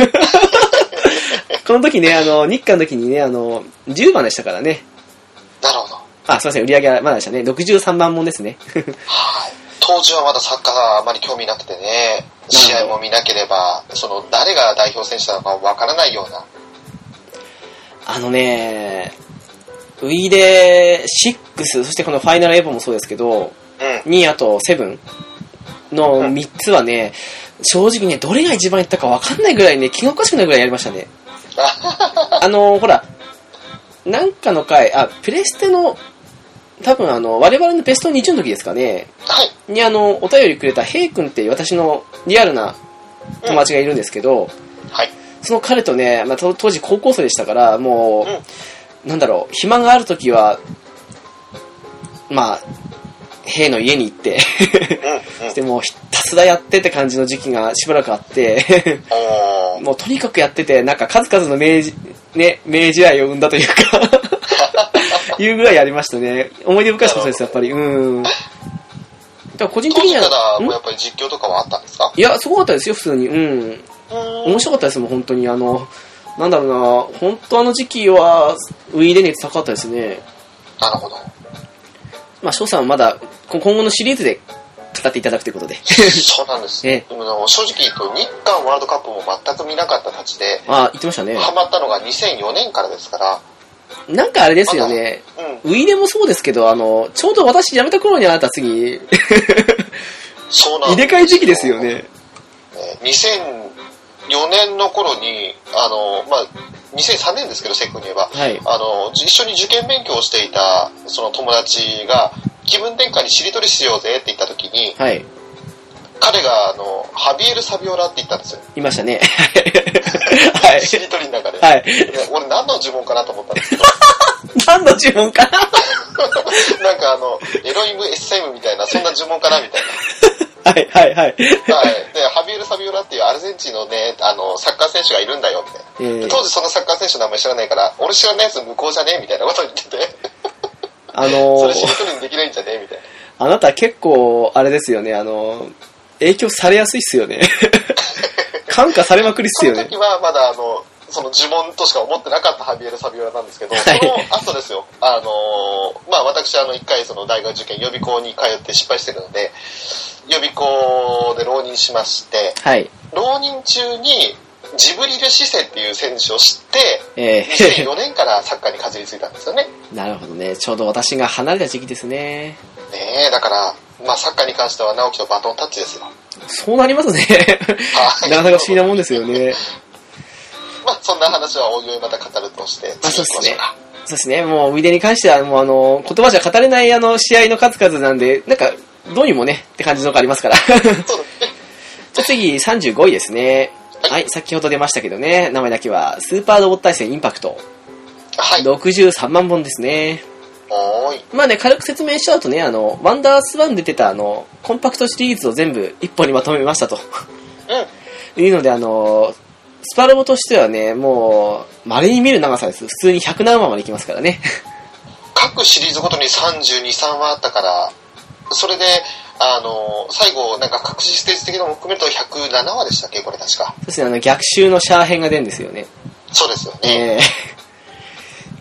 この時ね、日韓の時にね、10番でしたからね。 なるほど。 あ、すいません、売り上げはまだでしたね。63万本ですね。 はい。当時はまだサッカーがあまり興味なくてね、試合も見なければ、誰が代表選手なのかわからないような。 ウィで6、そしてこのファイナルエボもそうですけど、にあと7の3つはね、正直ね、どれが一番いったかわかんないぐらいね、気がおかしくないぐらいやりましたね。ほら、なんかの回、プレステの、多分我々のベスト20の時ですかね、 はい、 にお便りくれたヘイ君っていう私のリアルな友達がいるんですけど、 はい、 その彼とね、当時高校生でしたから、もう、なんだろう、暇がある時は、ヘイの家に行ってそしてもうひたすらやってって感じの時期がしばらくあってもうとにかくやってて、なんか数々の名試合を生んだというかいうぐらいやりましたね。思い出深いことです、やっぱり。だから個人的には。 当時からもうやっぱり実況とかはあったんですか？ いや、すごかったですよ、普通に。面白かったですもん、本当に。なんだろうな、本当時期は、ウィーレ熱高かったですね。 なるほど。 翔さんはまだ、今後のシリーズで語っていただくということで。 そうなんです。でも正直言うと、日韓ワールドカップも全く見なかったたちで、 言ってましたね。 ハマったのが2004年からですから、 なんかあれですよね、ウィーレもそうですけど、ちょうど私辞めた頃にあなた次、 そうなんです。 入れ替え時期ですよね。 2004年の頃に、2003年ですけど、正確に言えば、 はい、 一緒に受験勉強をしていたその友達が、気分転換にしりとりしようぜって言った時に、 はい、 彼がハビエル・サビオラって言ったんですよ。 いましたね。 はい。しりとりの中で。 はい。 俺何の呪文かなと思ったんですけど。 何の呪文かななんかエロイム・エッセイムみたいな、そんな呪文かなみたいな。 はい。はい。 で、ハビエル・サビオラっていうアルゼンチンのね、サッカー選手がいるんだよ、みたいな。当時そのサッカー選手の名前知らないから、俺知らないやつ向こうじゃねみたいなこと言ってて。それしりとりにできないんじゃねみたいな。 あなた結構、あれですよね、影響されやすいっすよね。感化されまくりっすよね。 その時はまだその呪文としか思ってなかったハビエル・サビオラなんですけど、その後ですよ。私一回その大学受験予備校に通って失敗してるので、予備校で浪人しまして、 はい、 浪人中にジブリル・シセっていう選手を知って、2004年からサッカーにかじりついたんですよね。 なるほどね。ちょうど私が離れた時期ですね。 だから、サッカーに関しては直樹とバトンタッチですよ。 そうなりますね。なかなか不思議なもんですよね。 そんな話はおいおいまた語るとして、 そうですね。そうですね。もう、ウィデに関しては、もう言葉じゃ語れない試合の数々なんで、なんか、どうにもね、って感じのがありますから。そうですね。じゃあ次、35位ですね。はい、先ほど出ましたけどね、名前だけは、スーパーロボット対戦インパクト。 はい。 63万本ですね。軽く説明しちゃうとね、ワンダースワン出てたコンパクトシリーズを全部一本にまとめましたと。いうので、スパロボとしてはね、もう、稀に見る長さです。普通に100何話までいきますからね。 各シリーズごとに32、3話あったから、それで、最後、なんか隠しステージ的なのも含めると107話でしたっけこれ確か。 そうですね、逆襲のシャー編が出るんですよね。 そうですよね。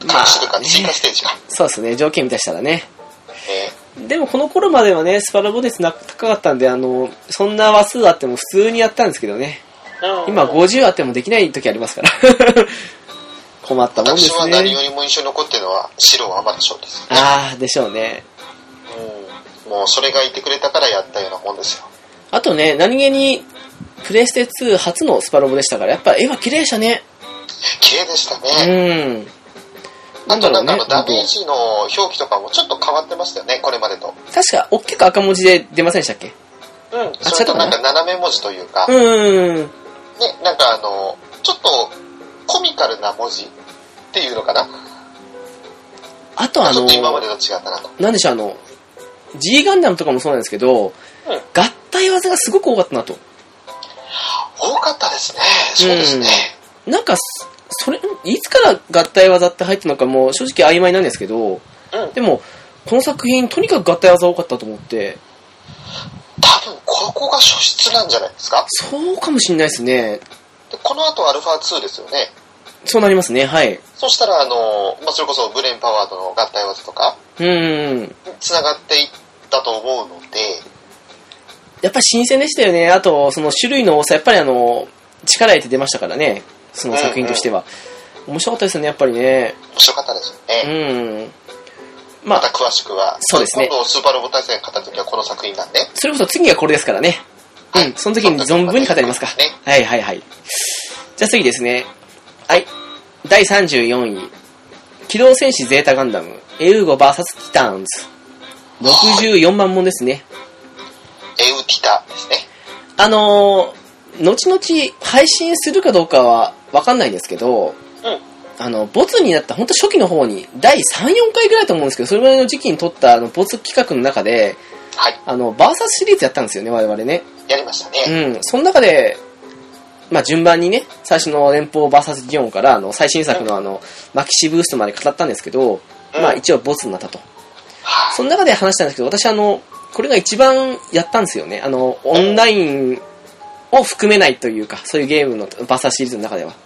隠しとか追加ステージか。 そうですね、条件満たしたらね。でもこの頃まではね、スパラボ熱高かったんで、そんな話数あっても普通にやったんですけどね。今50あってもできない時ありますから。困ったもんですね。 私は何よりも印象に残ってるのは白は天田翔です、ね。 ああ、でしょうね。 もうそれがいてくれたからやったようなもんですよ。 あとね、何気にプレステ2初のスパロボでしたから、やっぱ絵は綺麗でしたね。 綺麗でしたね。あとなんかダメージの表記とかもちょっと変わってましたよね、これまでと。 確か大きく赤文字で出ませんでしたっけ？ それとなんか斜め文字というか、ね、なんかちょっとコミカルな文字っていうのかな。 あとちょっと今までと違ったなと。 なんでしょう、G ガンダムとかもそうなんですけど、合体技がすごく多かったなと。 多かったですね。そうですね。 なんかそれいつから合体技って入ったのかも正直曖昧なんですけど、でもこの作品とにかく合体技多かったと思って。 多分ここが初出なんじゃないですか。 そうかもしれないですね。 でこの後アルファ2ですよね。 そうなりますね。はい。 そしたらそれこそブレインパワードの合体技とかつながっていったと思うので、 やっぱり新鮮でしたよね。あとその種類の多さ、やっぱり力入れて出ましたからね、その作品としては。面白かったですよね、やっぱりね。 面白かったですよね。また詳しくは、 そうですね。 今度スーパーロボ対戦語った時はこの作品なんで。 それこそ次がこれですからね。その時に存分に語りますか。はいはいはい。じゃあ次ですね。はい。第34位。機動戦士ゼータガンダム、エウゴ VS ティターンズ。64万本ですね。 エウティタですね。 後々配信するかどうかはわかんないんですけど、ボツになった本当初期の方に第3、4回ぐらいと思うんですけど、それぐらいの時期に撮ったボツ企画の中で、バーサスシリーズやったんですよね、我々ね。 やりましたね。 その中で、順番にね、最初の連邦 VS ジオンから最新作のマキシブーストまで語ったんですけど、一応ボツになったと。その中で話したんですけど、私これが一番やったんですよね。オンラインを含めないというか、そういうゲームのバーサスシリーズの中では。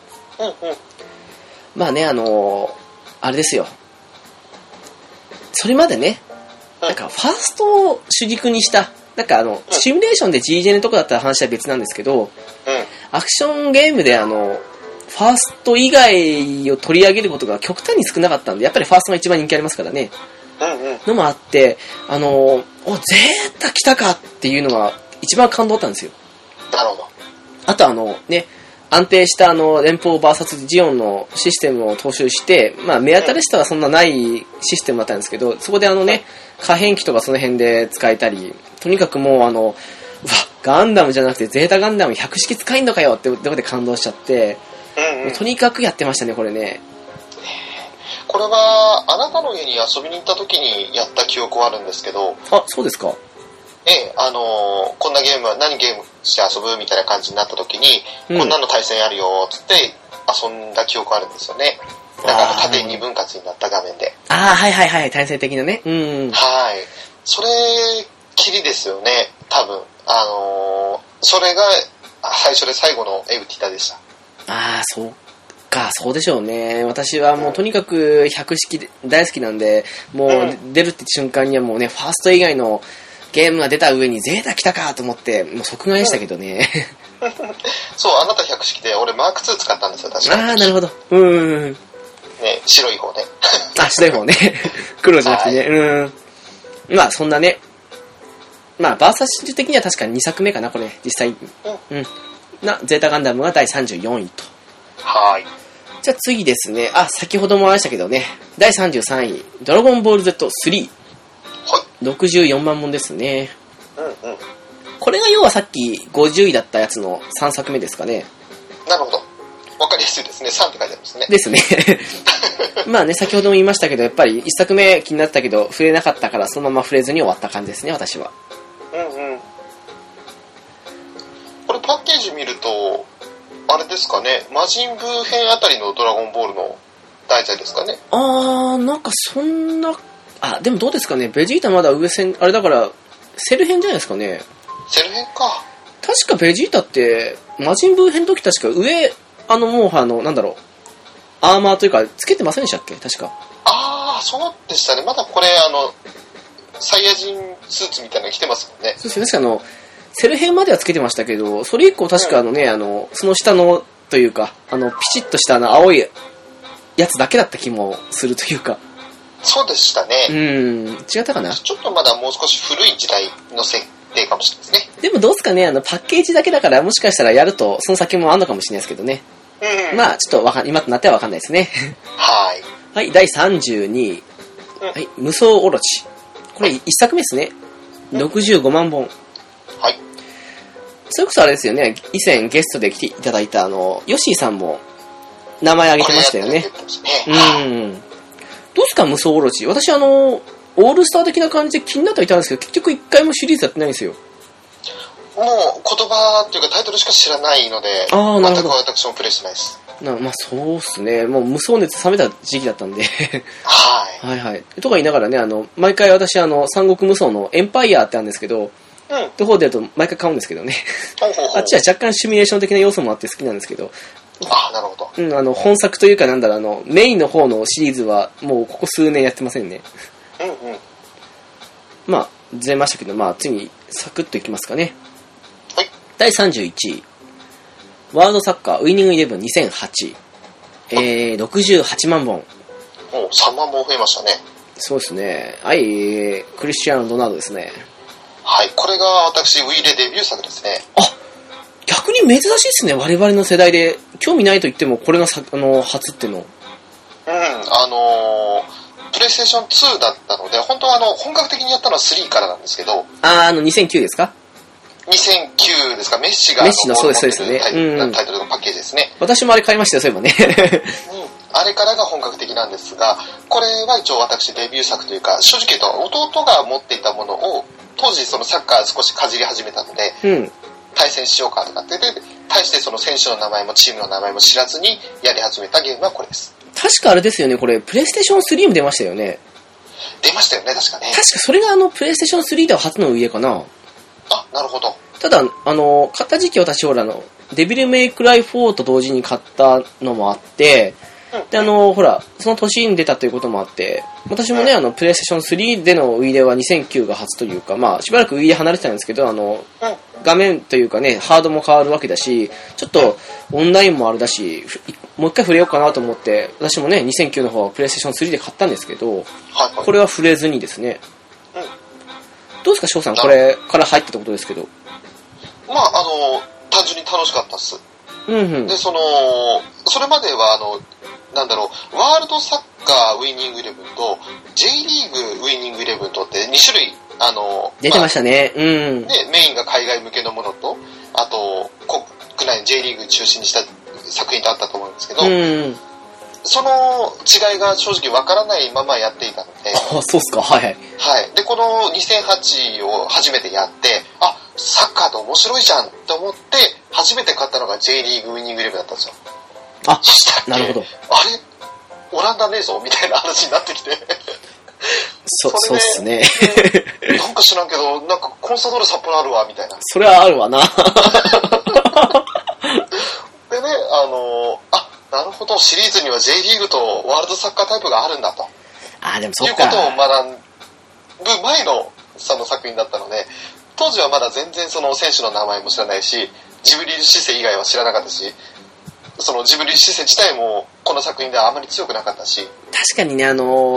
あれですよ。それまでね、なんかファーストを主軸にした、なんかシミュレーションで G ジェネとかだったら話は別なんですけど、アクションゲームでファースト以外を取り上げることが極端に少なかったんで、やっぱりファーストが一番人気ありますからね。のもあって、ゼータ来たかっていうのが一番感動だったんですよ。 なるほど。 あと安定した連邦 VS ジオンのシステムを踏襲して、目新しさはそんなないシステムだったんですけど、そこで可変機とかその辺で使えたり、とにかくもうガンダムじゃなくてゼータガンダム100式使えんのかよってとこで感動しちゃって、とにかくやってましたね、これね。 これはあなたの家に遊びに行った時にやった記憶はあるんですけど。 あ、そうですか。 こんなゲームは何ゲームして遊ぶみたいな感じになった時に、こんなの対戦あるよっつって遊んだ記憶あるんですよね。だから縦2分割になった画面で。 はいはいはい、対戦的なね。 はい。それきりですよね、多分。それが最初で最後のエウティタでした。 そうか、そうでしょうね。私はもうとにかく100式大好きなんで、もう出るって瞬間にはもうね、ファースト以外のゲームが出た上にゼータ来たかと思って、もう即買いでしたけどね。 そう、あなた100式で、俺マーク2使ったんですよ、確かに。 なるほど。 ね、白い方ね。 白い方ね。黒じゃなくてね。そんなね。バーサス的には確か2作目かな、これ、実際。ゼータガンダムが第34位と。 はい。 じゃあ次ですね。先ほどもありましたけどね。第33位、ドラゴンボール Z3。64万本ですね。これが要はさっき50位だったやつの3作目ですかね。 なるほど。わかりやすいですね。3って書いてありますね。 ですね。先ほども言いましたけど、やっぱり1作目気になったけど、触れなかったから、そのまま触れずに終わった感じですね、私は。 これパッケージ見ると、あれですかね、魔人ブー編あたりのドラゴンボールの題材ですかね。 なんかそんな、でもどうですかね、ベジータまだ上線、あれだから、セル編じゃないですかね。 セル編か。 確かベジータって、魔人ブー編の時確か上、モーハの、なんだろアーマーというか、つけてませんでしたっけ確か。 そうでしたね。まだこれ、サイヤ人スーツみたいなの着てますもんね。 そうですね。確かセル編まではつけてましたけど、それ以降確かその下の、というか、ピチッとした青いやつだけだった気もするというか。 そうでしたね。 違ったかな。 ちょっとまだもう少し古い時代の設定かもしれないですね。 でもどうですかね、パッケージだけだからもしかしたらやると、その先もあんのかもしれないですけどね。まあ、ちょっと今となってはわかんないですね。 はい。 はい、第32位。はい、無双オロチ。これ1作目ですね。65万本。 はい。 それこそあれですよね、以前ゲストで来ていただいたヨッシーさんも名前挙げてましたよね。どうすか無双オロチ。私オールスター的な感じで気になってはいたんですけど、結局1回もシリーズやってないんですよ。 もう言葉っていうかタイトルしか知らないので、全く私もプレイしてないです。 まあそうっすね。もう無双熱冷めた時期だったんではいはいはい。とか言いながらね、毎回私三国無双のエンパイアってあるんですけど、と方でやると毎回買うんですけどねあっちは若干シミュレーション的な要素もあって好きなんですけど、 なるほど。 本作というかメインの方のシリーズはもうここ数年やってませんね。まあずれましたけど、まあ次にサクッといきますかね。 はい。 第31位。ワールドサッカーウィニングイレブン2008。68万本。 3万本増えましたね。 そうですね。はい、クリスチアーノ・ロナウドですね。 はい、これが私、ウィーレデビュー作ですね。 逆に珍しいですね、我々の世代で。興味ないと言っても、これが初っていうの。 プレイステーション2だったので、本当は本格的にやったのは3からなんですけど。 2009ですか ？2009ですか、メッシのそうですね。 タイトルのパッケージですね。 私もあれ買いましたよ、そういえばね。 あれからが本格的なんですが、これは一応私デビュー作というか、正直言うと弟が持っていたものを、当時そのサッカー少しかじり始めたので、対戦しようかとかってで、対してその選手の名前もチームの名前も知らずにやり始めたゲームはこれです。 確かあれですよね、これ、プレイステーション3も出ましたよね。 出ましたよね、確かね。 確かそれがプレイステーション3では初の家かな。 なるほど。 ただ、買った時期私デビルメイクライ4と同時に買ったのもあって、で、ほら、その年に出たということもあって、私もね、プレイステーション3でのウィーレは2009が初というか、まあ、しばらくウィーレ離れてたんですけど、画面というかね、ハードも変わるわけだし、ちょっとオンラインもあれだし、もう一回触れようかなと思って、私もね、2009の方はプレイステーション3で買ったんですけど、これは触れずにですね。どうですか、翔さん、これから入ったってことですけど。 まあ、単純に楽しかったっす。で、それまでは、ワールドサッカーウィニングイレブンと J リーグウィニングイレブンとって2種類出てましたね。 メインが海外向けのものと、あと国内 J リーグ中心にした作品とあったと思うんですけど、その違いが正直わからないままやっていたので、 そうっすか、はい。 でこの2008を初めてやって、サッカーって面白いじゃんと思って初めて買ったのが J リーグウィニングイレブンだったんですよ。そしたらなるほど。 あれオランダねえぞみたいな話になってきてそうっすね。 なんか知らんけど、なんかコンサドーレ札幌あるわみたいな。 それはあるわな。 でね、なるほど、シリーズには J リーグとワールドサッカータイプがあるんだと。 でもそうか。 いうことを学ぶ前のその作品だったので、当時はまだ全然その選手の名前も知らないし、ジブリシセ以外は知らなかったし、そのジブリシセ自体もこの作品ではあまり強くなかったし。 確かにね、ワ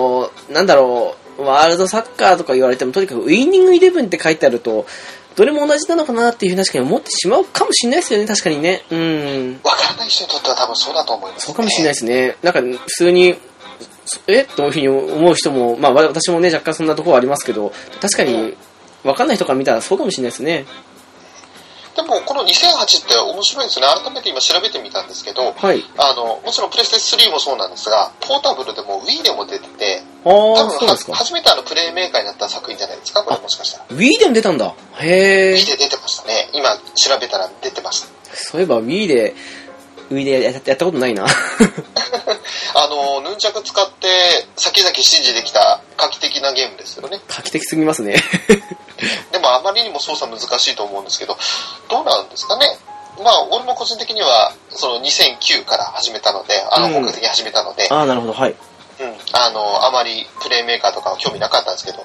ールドサッカーとか言われても、とにかくウィニングイレブンって書いてあると、どれも同じなのかなっていうふうに確かに思ってしまうかもしれないですよね、確かにね。 わからない人にとっては多分そうだと思います、ね。 そうかもしれないですね。なんか普通に、というふうに思う人も、まあ私もね、若干そんなところはありますけど、確かに、わかんない人から見たらそうかもしれないですね。 でもこの2008って面白いですね。改めて今調べてみたんですけど、もちろんプレステ3もそうなんですが、ポータブルでも Wii でも出てて、多分初めてプレイメーカーになった作品じゃないですか、これもしかしたら。 Wii でも出たんだ。へー。 Wii で出てましたね。今調べたら出てました。 そういえば Wii でやったことないな。 ヌンチャク使って先々信じてきた画期的なゲームですよね。 画期的すぎますね。 でもあまりにも操作難しいと思うんですけど、どうなんですかね。 まあ、俺も個人的には、その2009から始めたので、本格的に始めたので、 なるほど、はい。 あまりプレイメーカーとかは興味なかったんですけど。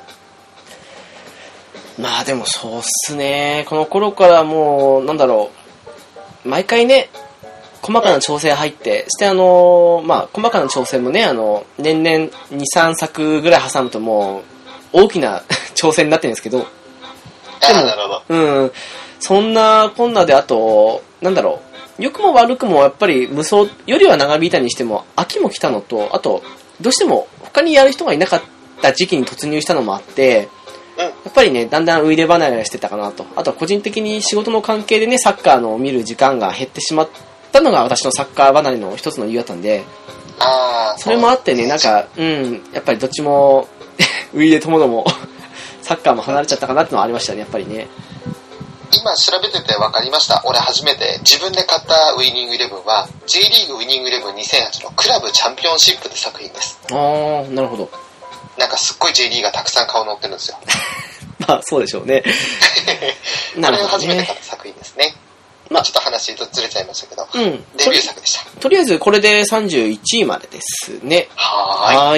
まあでもそうっすね。この頃からもう、なんだろう、毎回ね、細かな調整入って、してまあ、細かな調整もね、年々2、3作ぐらい挟むともう、大きな調整になってるんですけど。 なるほど。そんなこんなで、あと、なんだろう、良くも悪くもやっぱり無双よりは長引いたにしても、飽きも来たのと、あと、どうしても他にやる人がいなかった時期に突入したのもあって、やっぱりね、だんだんウイレ離れしてたかなと。あと個人的に仕事の関係でね、サッカーの見る時間が減ってしまったのが私のサッカー離れの一つの理由だったんで、それもあってね、なんか、やっぱりどっちも、ウイレともども、サッカーも離れちゃったかなってのはありましたね、やっぱりね。 今調べてて分かりました。俺初めて自分で買ったウイニングイレブンは J リーグウイニングイレブン2008のクラブチャンピオンシップって作品です。 なるほど。 なんかすっごい J リーがたくさん顔載ってるんですよ。 まあそうでしょうね。 なるほどね。これを初めて買った作品ですね。まあちょっと話ずれちゃいましたけど、デビュー作でした。 とりあえずこれで31位までですね。 はい。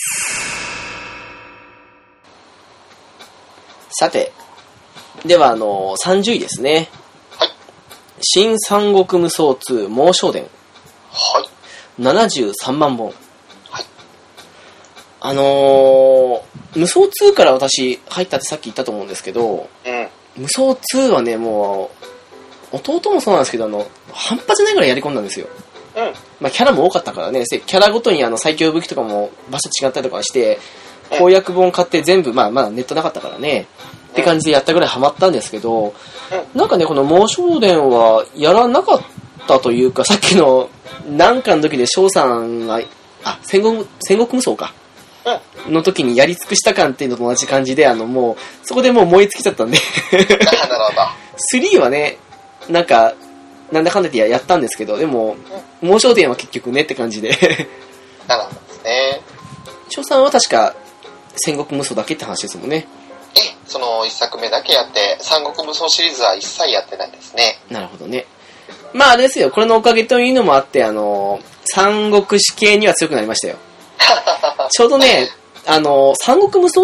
さて、では30位ですね。 はい。 新三国無双2猛将伝。 はい。 73万本。 はい。 無双2から私入ったってさっき言ったと思うんですけど、無双2はね、もう、弟もそうなんですけど、半端じゃないぐらいやり込んだんですよ。まあキャラも多かったからね、キャラごとに最強武器とかも場所違ったりとかして、攻略本買って全部、まあネットなかったからね、って感じでやったぐらいハマったんですけど、なんかね、この猛将伝はやらなかったというか、さっきの南韓の時で翔さんが、戦国無双か。の時にやり尽くした感っていうのと同じ感じで、もう、そこでもう燃え尽きちゃったんで。3はね、なんか、なんだかんだでやったんですけど、でも、猛将伝は結局ねって感じで。 なるほどですね。 翔さんは確か、戦国無双だけって話ですもんね。 その1作目だけやって、三国無双シリーズは一切やってないですね。 なるほどね。まああれですよ、これのおかげというのもあって、三国志系には強くなりましたよ。ちょうどね、三国無双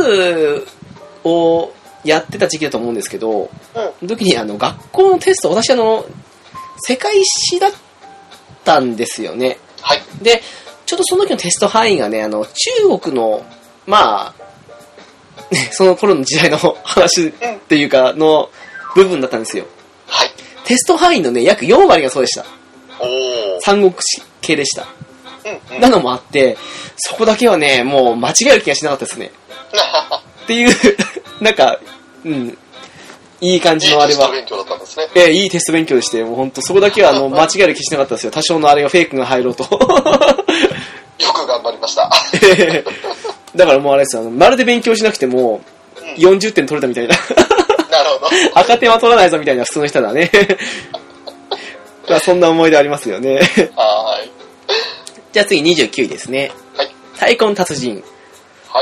2をやってた時期だと思うんですけど、その時に学校のテスト、私世界史だったんですよね。 はい。 で、ちょっとその時のテスト範囲がね、中国の、まあ、その頃の時代の話っていうか、の部分だったんですよ。 はい。 テスト範囲のね、約4割がそうでした。三国志系でした。なのもあって、そこだけはね、もう間違える気がしなかったですね。っていう、なんか、いい感じのあれは。 いいテスト勉強だったんですね。 いいテスト勉強でして、もうほんとそこだけは間違える気しなかったですよ。多少のあれがフェイクが入ろうと。 よく頑張りました。 だからもうあれですよ、まるで勉強しなくても、40点取れたみたいな。 なるほど。 赤点は取らないぞみたいな普通の人だね。そんな思い出ありますよね。 はい。 じゃあ次29位ですね。 はい。 太鼓の達人。 はい。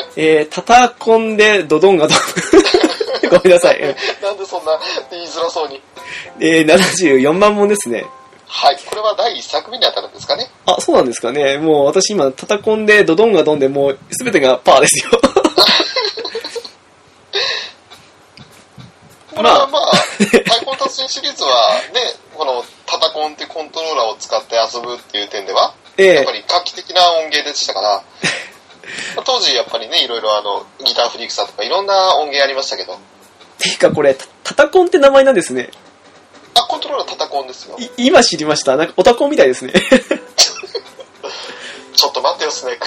タタコンでドドンがドン。ごめんなさい。 なんでそんな言いづらそうに。 74万本ですね。 はい。これは第1作目に当たるんですかね。 そうなんですかね。もう私今、タタコンでドドンがドンでもう全てがパーですよ。 これはまあ、太鼓の達人シリーズはね、このタタコンってコントローラーを使って遊ぶっていう点では、やっぱり画期的な音源でしたから、当時やっぱりね、いろいろギターフリークサーとかいろんな音源ありましたけど。 ていうかこれ、タタコンって名前なんですね。 コントローラータタコンですよ。 今知りました。なんかオタコンみたいですね。 ちょっと待ってよ、スネーク。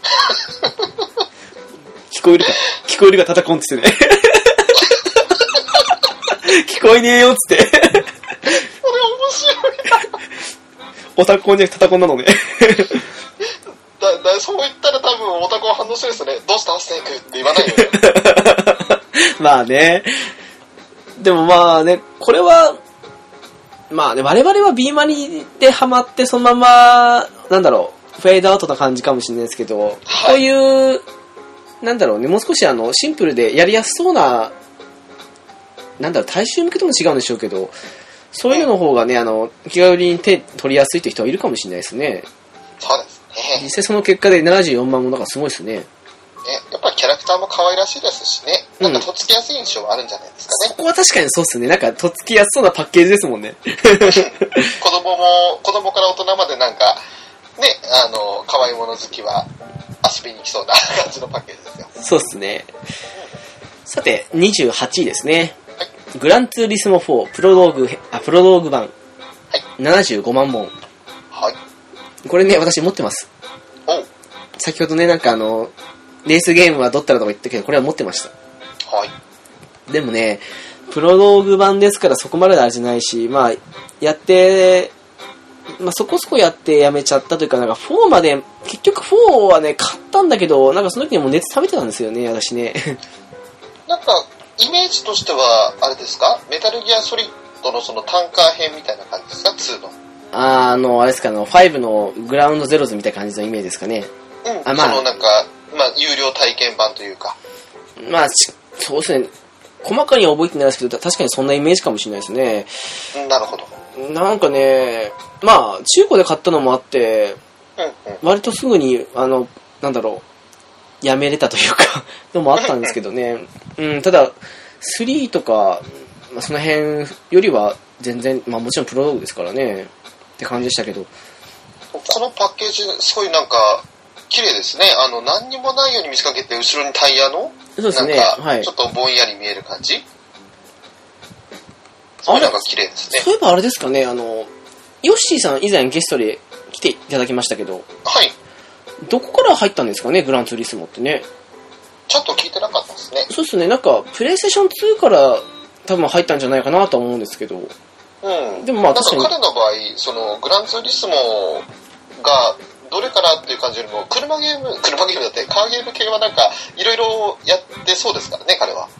聞こえるかタタコンっつってね。聞こえねえよっつって。 それ面白い。 オタコンじゃなくてタタコンなのね。 そう言ったら多分オタコン反応してるんですよね。どうしたスネークって言わないよ。 まあね。でもまあね、これは、まあね、我々は B マニでハマってそのまま、なんだろう、フェードアウトな感じかもしれないですけど、こういう、なんだろうね、もう少しシンプルでやりやすそうな、なんだろう、大衆向けとも違うんでしょうけど、 そういうのの方がね、気軽に手取りやすいという人はいるかもしれないですね。 そうですね。 実際その結果で74万もだからすごいですね。 やっぱりキャラクターも可愛らしいですしね。なんかとっつきやすい印象はあるんじゃないですかね。 そこは確かにそうですね。なんかとっつきやすそうなパッケージですもんね。 子供から大人までなんか、ね、可愛いもの好きは遊びに来そうな感じのパッケージですよ。 そうですね。さて、28位ですね。はい、グランツーリスモ4プロローグ版。はい、75万本。 はい。 これね、私持ってます。先ほどね、なんかレースゲームはどったらとか言ったけど、これは持ってました。 はい。 でもね、プロローグ版ですからそこまでの味ないし、まあ、やって、まあそこそこやってやめちゃったというか、なんか4まで、結局4はね、買ったんだけど、なんかその時にもう熱冷めてたんですよね、私ね。 なんか、イメージとしては、あれですか？メタルギアソリッドのそのタンカー編みたいな感じですか？ 2 の。 あれですか、5のグラウンドゼロズみたいな感じのイメージですかね。 うん、まあ、そのなんか、まあ、有料体験版というか。 まあ、そうですね。細かには覚えてないですけど、確かにそんなイメージかもしれないですね。 なるほど。 なんかね、まあ、中古で買ったのもあって、割とすぐに、なんだろう、やめれたというか、のもあったんですけどね。ただ、3とか、まあ、その辺よりは全然、まあもちろんプロローグですからね、って感じでしたけど。 このパッケージ、すごいなんか、綺麗ですね。何にもないように見せかけて、後ろにタイヤの、 そうですね、 なんか、 はい、 ちょっとぼんやり見える感じ。すごいなんか綺麗ですね。 そういえばあれですかね、ヨッシーさん以前ゲストで来ていただきましたけど、 はい。 どこから入ったんですかね、グランツーリスモってね。 ちょっと聞いてなかったですね。 そうですね、なんか、プレイステーション2から多分入ったんじゃないかなと思うんですけど。でもまあ確かに。 なんか彼の場合、その、グランツーリスモが、どれからっていう感じよりも、車ゲームだって、カーゲーム系はなんか、いろいろやってそうですからね、彼は。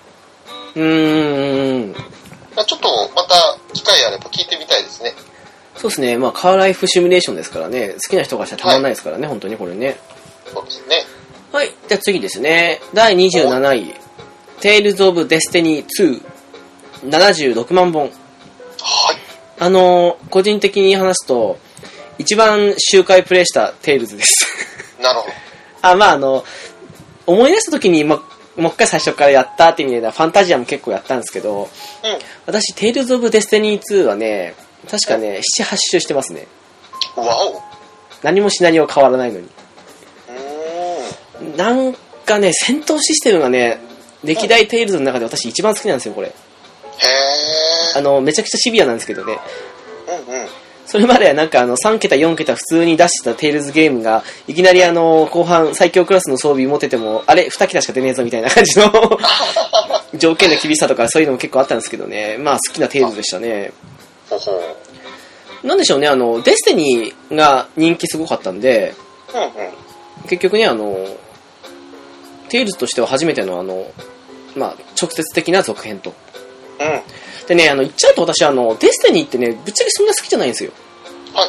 ちょっと、また、機会あれば聞いてみたいですね。 そうですね、まあ、カーライフシミュレーションですからね、好きな人がしたらたまんないですからね、本当にこれね。 そうですね。 はい、じゃあ次ですね。第27位、Tales of Destiny 2、76万本。 はい。 個人的に話すと、一番周回プレイしたテイルズです。 なるほど。 まあ思い出した時にもう一回最初からやったっていう意味ではファンタジアも結構やったんですけど、私、テイルズ・オブ・デスティニー2はね、確かね、7、8周してますね。 わお。 何もシナリオ変わらないのに。なんかね、戦闘システムがね、歴代テイルズの中で私一番好きなんですよ、これ。 へー。 めちゃくちゃシビアなんですけどね。それまではなんか3桁4桁普通に出してたテイルズゲームがいきなり後半最強クラスの装備持っててもあれ2桁しか出ねえぞみたいな感じの条件の厳しさとかそういうのも結構あったんですけどね、まあ好きなテイルズでしたね。なんでしょうね、デスティニーが人気すごかったんで、結局ねテイルズとしては初めてのまあ直接的な続編と。でね、言っちゃうと私デスティニーってね、ぶっちゃけそんな好きじゃないんですよ。 はい。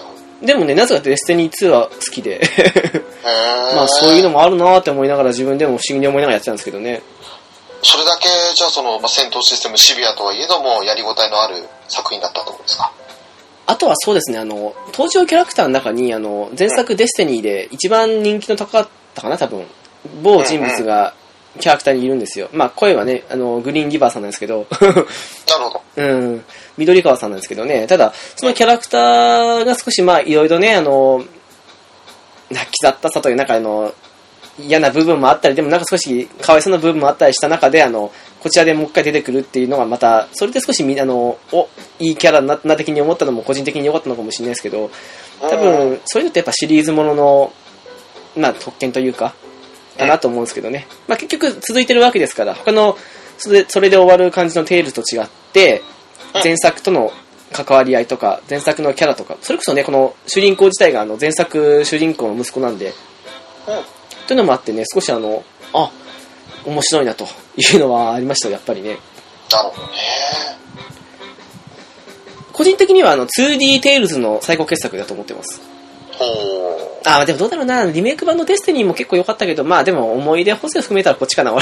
でもね、なぜかデスティニー2は好きで。まあそういうのもあるなーって思いながら自分でも不思議に思いながらやってたんですけどね。 それだけ、じゃあ戦闘システムシビアとはいえども、やりごたえのある作品だったと思うんですか？ あとはそうですね、登場キャラクターの中に、前作デスティニーで一番人気の高かったかな、多分。某人物が、キャラクターにいるんですよ。まあ声はね、グリーンギバーさんなんですけど。 なるほど。緑川さんなんですけどね。ただ、そのキャラクターが少しまあいろいろね、泣きざったさという中嫌な部分もあったり、でもなんか少しかわいそうな部分もあったりした中で、こちらでもう一回出てくるっていうのがまた、それで少しいいキャラにな的に思ったのも個人的に良かったのかもしれないですけど、多分、そういうのってやっぱシリーズものの、まあ特権というか、かなと思うんですけどね。まあ結局続いてるわけですから、他のそれで終わる感じのテイルと違って、前作との関わり合いとか、前作のキャラとか、それこそね、この主人公自体が前作主人公の息子なんで、というのもあってね、少し面白いなというのはありましたよ、やっぱりね。 なるほどね。 個人的には2D テイルズの最高傑作だと思ってます。でもどうだろうな、リメイク版のデスティニーも結構良かったけど、まあでも思い出補正含めたらこっちかな、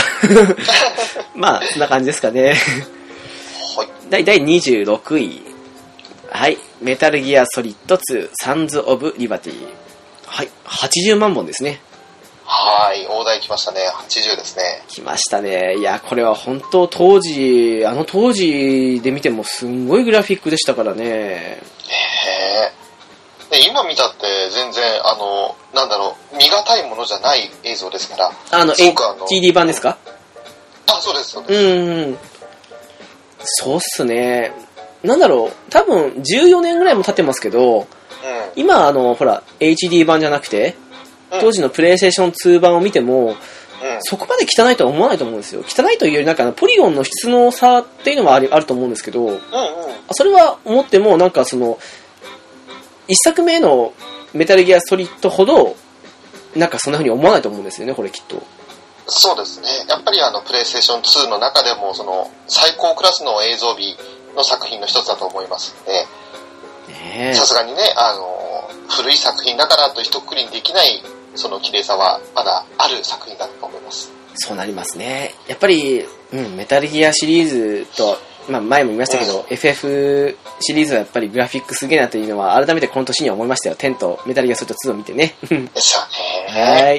まあそんな感じですかね。 はい、 第26位はい。メタルギアソリッド2、サンズ・オブ・リバティ。はい。80万本ですね。 はい。大台来ましたね。80ですね。 来ましたね。いや、これは本当当時で見てもすんごいグラフィックでしたからね。 へえ。で、今見たって全然、なんだろう、見難いものじゃない映像ですから。 HD 版ですか？ そうです、そうです。 そうっすね。なんだろう、多分14年ぐらいも経ってますけど、今ほら、HD 版じゃなくて、当時のプレイステーション2版を見ても、そこまで汚いとは思わないと思うんですよ。汚いというよりなんかポリゴンの質の差っていうのはあると思うんですけど、それは思ってもなんか一作目のメタルギアソリッドほどなんかそんな風に思わないと思うんですよね、これきっと。 そうですね。やっぱりプレイステーション2の中でも最高クラスの映像美の作品の一つだと思いますので、さすがにね、古い作品だからと一括りにできないその綺麗さはまだある作品だと思います。 そうなりますね。やっぱり、メタルギアシリーズと、前も言いましたけど、FF シリーズはやっぱりグラフィックすげえなというのは改めてこの年には思いましたよ。10とメタルギアソリッド2を見てね。 ですよね。 はい。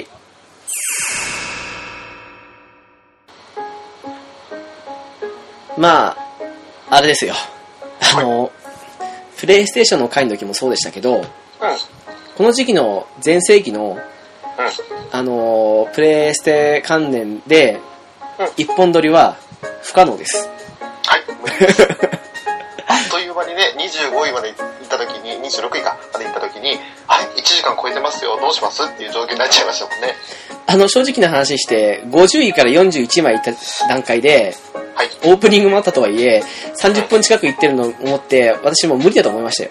あれですよ。プレイステーションの回の時もそうでしたけど、この時期の全盛期の、プレイステ関連で、一本撮りは不可能です。 はい。あっという間にね、25位まで行った時に、26位かまで行った時に、はい、1時間超えてますよ、どうしますっていう状況になっちゃいましたもんね。 正直な話して、50位から41枚行った段階で、 はい、 オープニングもあったとはいえ、30分近く行ってるのを思って、私もう無理だと思いましたよ。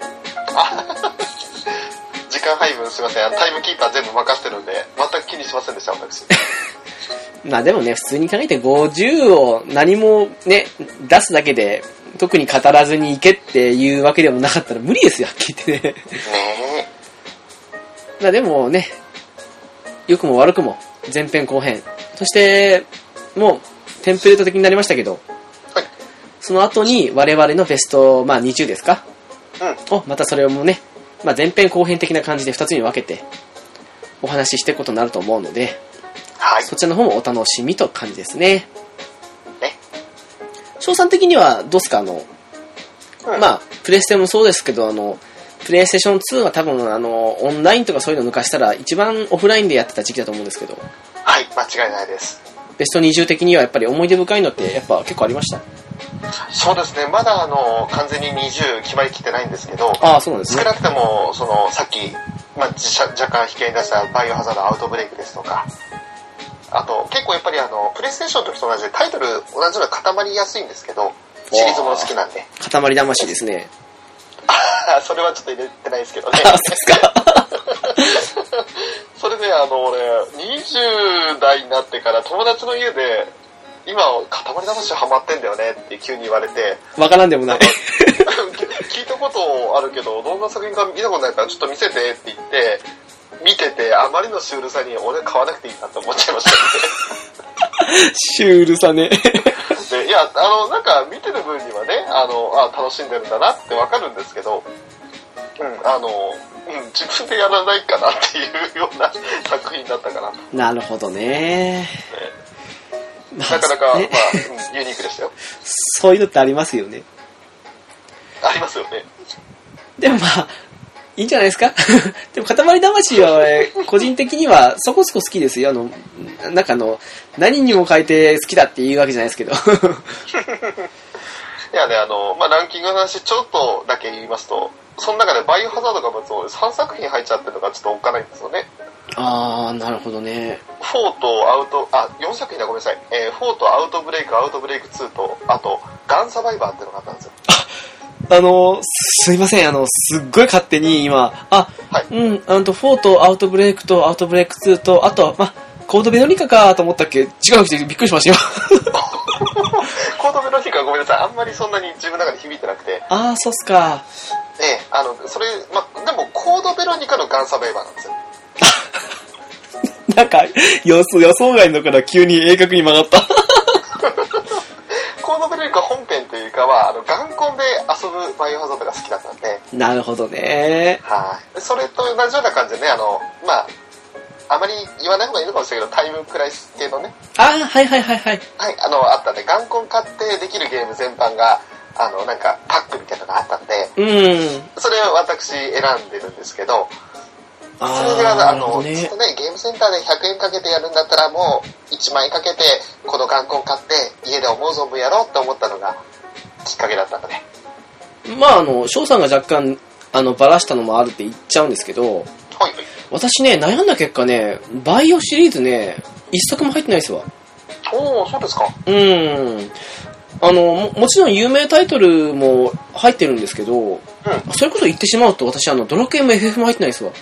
時間配分すいません。タイムキーパー全部任せてるんで、全く気にしませんでした、私。 でもね、普通に考えて50を何もね、出すだけで、特に語らずに行けっていうわけでもなかったら無理ですよ、聞いてね。でもね、良くも悪くも、前編後編。そして、もう、テンプレート的になりましたけど、 はい、 その後に我々のベスト、20ですか、またそれをもね、前編後編的な感じで2つに分けてお話ししていくことになると思うので、 はい、 そちらの方もお楽しみと感じですね。翔さん的にはどうすか？プレイステもそうですけど、プレイステーション2は多分オンラインとかそういうの抜かしたら一番オフラインでやってた時期だと思うんですけど。 はい、間違いないです。 ベスト20的にはやっぱり思い出深いのってやっぱ結構ありました？ そうですね、まだ完全に20決まりきってないんですけど、 そうなんですね。 少なくてもさっき、若干引き合いに出したバイオハザードアウトブレイクですとか、あと結構やっぱりプレイステーションの時と同じでタイトル同じような固まりやすいんですけど、シリーズもの好きなんで。 塊魂ですね。 それはちょっと入れてないですけどね。 そうですか。 それで俺20代になってから友達の家で今塊魂ハマってんだよねって急に言われて、 わからんでもない。 聞いたことあるけどどんな作品か見たことないからちょっと見せてって言って見てて、あまりのシュールさに俺買わなくていいなって思っちゃいましたね。 シュールさね。 で、いやなんか見てる分にはね楽しんでるんだなってわかるんですけど、自分でやらないかなっていうような作品だったかな。 なるほどね。 なかなか、ユニークでしたよ。 そういうのってありますよね。ありますよね。 でもいいんじゃないですか。でも塊魂は、個人的にはそこそこ好きですよ。なんか何にも変えて好きだっていうわけじゃないですけど。 いやね、ランキングの話ちょっとだけ言いますと、その中でバイオハザードがまず3作品入っちゃってるのがちょっとおっかないんですよね。 なるほどね。 4と4作品だ、ごめんなさい。4とアウトブレイク2と、あと、ガンサバイバーっていうのがあったんですよ。 すいません、すっごい勝手に今、 はい。 4とアウトブレイクとアウトブレイク2と、あと、コードベロニカかと思ったっけ、違うくてびっくりしましたよ。 コードベロニカはごめんなさい、あんまりそんなに自分の中で響いてなくて。 そうっすか。 それ、でもコードベロニカのガンサバイバーなんですよ。 なんか予想外のから急に鋭角に曲がった。 コードベロニカ本編というかはガンコンで遊ぶバイオハザードが好きだったんで。 なるほどね。 はい。それと同じような感じでね、まあ、あまり言わない方がいいのかもしれないけど、タイムクライス系のね。 はいはいはいはい。はい、 あったんで、ガンコン買ってできるゲーム全般が、なんか、パックみたいなのがあったんで、それを私選んでるんですけど、それでずっとね、ゲームセンターで100円かけてやるんだったら、もう1万円かけて、このガンコン買って、家で思う存分やろうって思ったのが、きっかけだったので。 まあ、翔さんが若干、ばらしたのもあるって言っちゃうんですけど、 はい。 私ね、悩んだ結果ね、バイオシリーズね、一作も入ってないですわ。 おー、そうですか。 もちろん有名タイトルも入ってるんですけど、それこそ言ってしまうと私ドラクエも FF も入ってないですわ。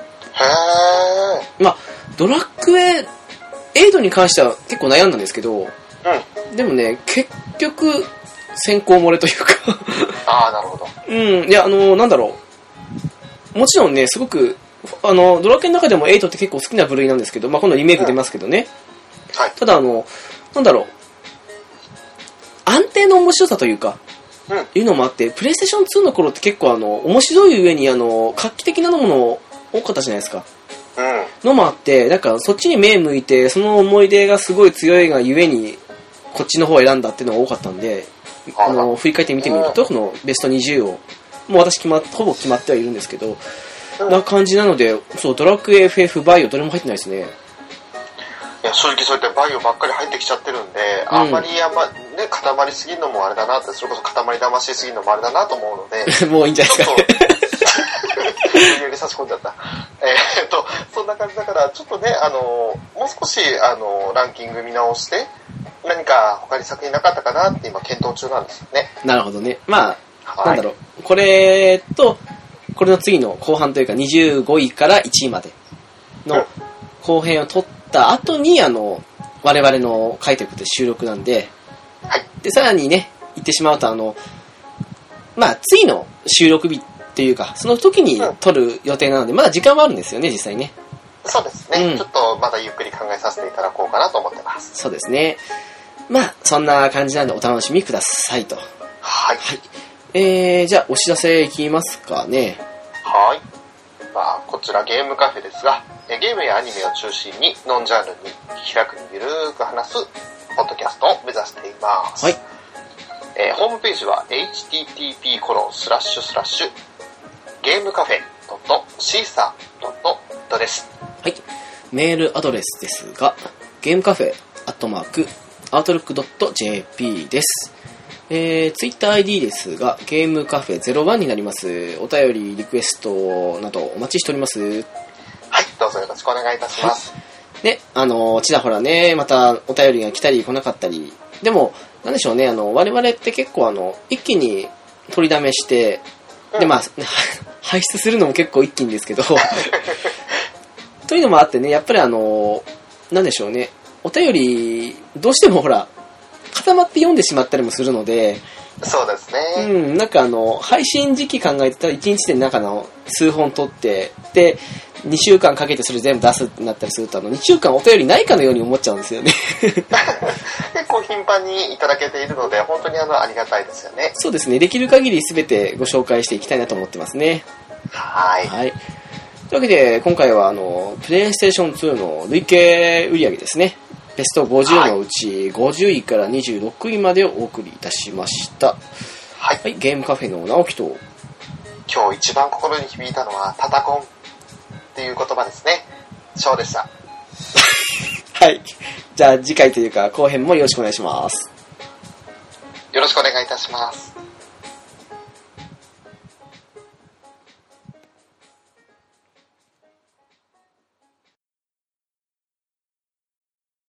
へー。 まあ、ドラクエ8に関しては結構悩んだんですけど、でもね、結局、先行漏れというかああ、なるほど。 いや、なんだろう。もちろんね、すごく、ドラクエの中でも8って結構好きな部類なんですけど、まあ、今度リメイク出ますけどね。 はい。 ただなんだろう。安定の面白さというか、いうのもあって、プレイステーション2の頃って結構面白い上に画期的なもの多かったじゃないですか。のもあって、だからそっちに目向いて、その思い出がすごい強いがゆえに、こっちの方を選んだっていうのが多かったんで、振り返って見てみると、このベスト20を、もう私ほぼ決まってはいるんですけど、な感じなので、そう、ドラクエ、FF、バイオ、どれも入ってないですね。 いや、正直そういったバイオばっかり入ってきちゃってるんで、あんまりね、固まりすぎるのもあれだなって、それこそ固まり魂すぎるのもあれだなと思うので。 もういいんじゃないですかね。 無理やり差し込んじゃった。そんな感じだから、ちょっとね、もう少し、ランキング見直して、何か他に作品なかったかなって今検討中なんですよね。 なるほどね。まあ、なんだろう。これと、これの次の後半というか25位から1位までの後編を取った後に、我々の書いておくと収録なんで、 はい。 で、さらにね、言ってしまうとまあ、次の収録日っていうか、その時に撮る予定なので、まだ時間はあるんですよね、実際ね。 そうですね。ちょっとまだゆっくり考えさせていただこうかなと思ってます。 そうですね。まあ、そんな感じなんでお楽しみくださいと。 はい。 はい。じゃあ、お知らせいきますかね。 はい。まあ、こちらゲームカフェですが、ゲームやアニメを中心にノンジャンルに気楽にゆるーく話すポッドキャストを目指しています。 はい。 ホームページは http://gamecafé.caesar.net です。 はい。メールアドレスですが、ゲームカフェ@outlook.jp です。ツイッター ID ですが、ゲームカフェ01になります。お便り、リクエストなどお待ちしております。 はい、どうぞよろしくお願いいたします。 はい、で、ちらほらね、またお便りが来たり来なかったり、でも、なんでしょうね、我々って結構一気に取りだめして、で、まあ、排出するのも結構一気にですけど、というのもあってね、やっぱりなんでしょうね、お便り、どうしてもほら、固まって読んでしまったりもするので、 そうですね。 なんか配信時期考えてたら1日で中の数本取って、で、2週間かけてそれ全部出すってなったりすると、2週間お便りないかのように思っちゃうんですよね。 結構頻繁にいただけているので、本当にありがたいですよね。 そうですね。できる限り全てご紹介していきたいなと思ってますね。 はい。 はい。というわけで、今回はプレイステーション2の累計売上ですね。ベスト50のうち50位から26位までをお送りいたしました。 はい。 はい、ゲームカフェの直樹と、 今日一番心に響いたのはタタコンっていう言葉ですね。ショーでした。 はい。じゃあ次回というか後編もよろしくお願いします。 よろしくお願いいたします。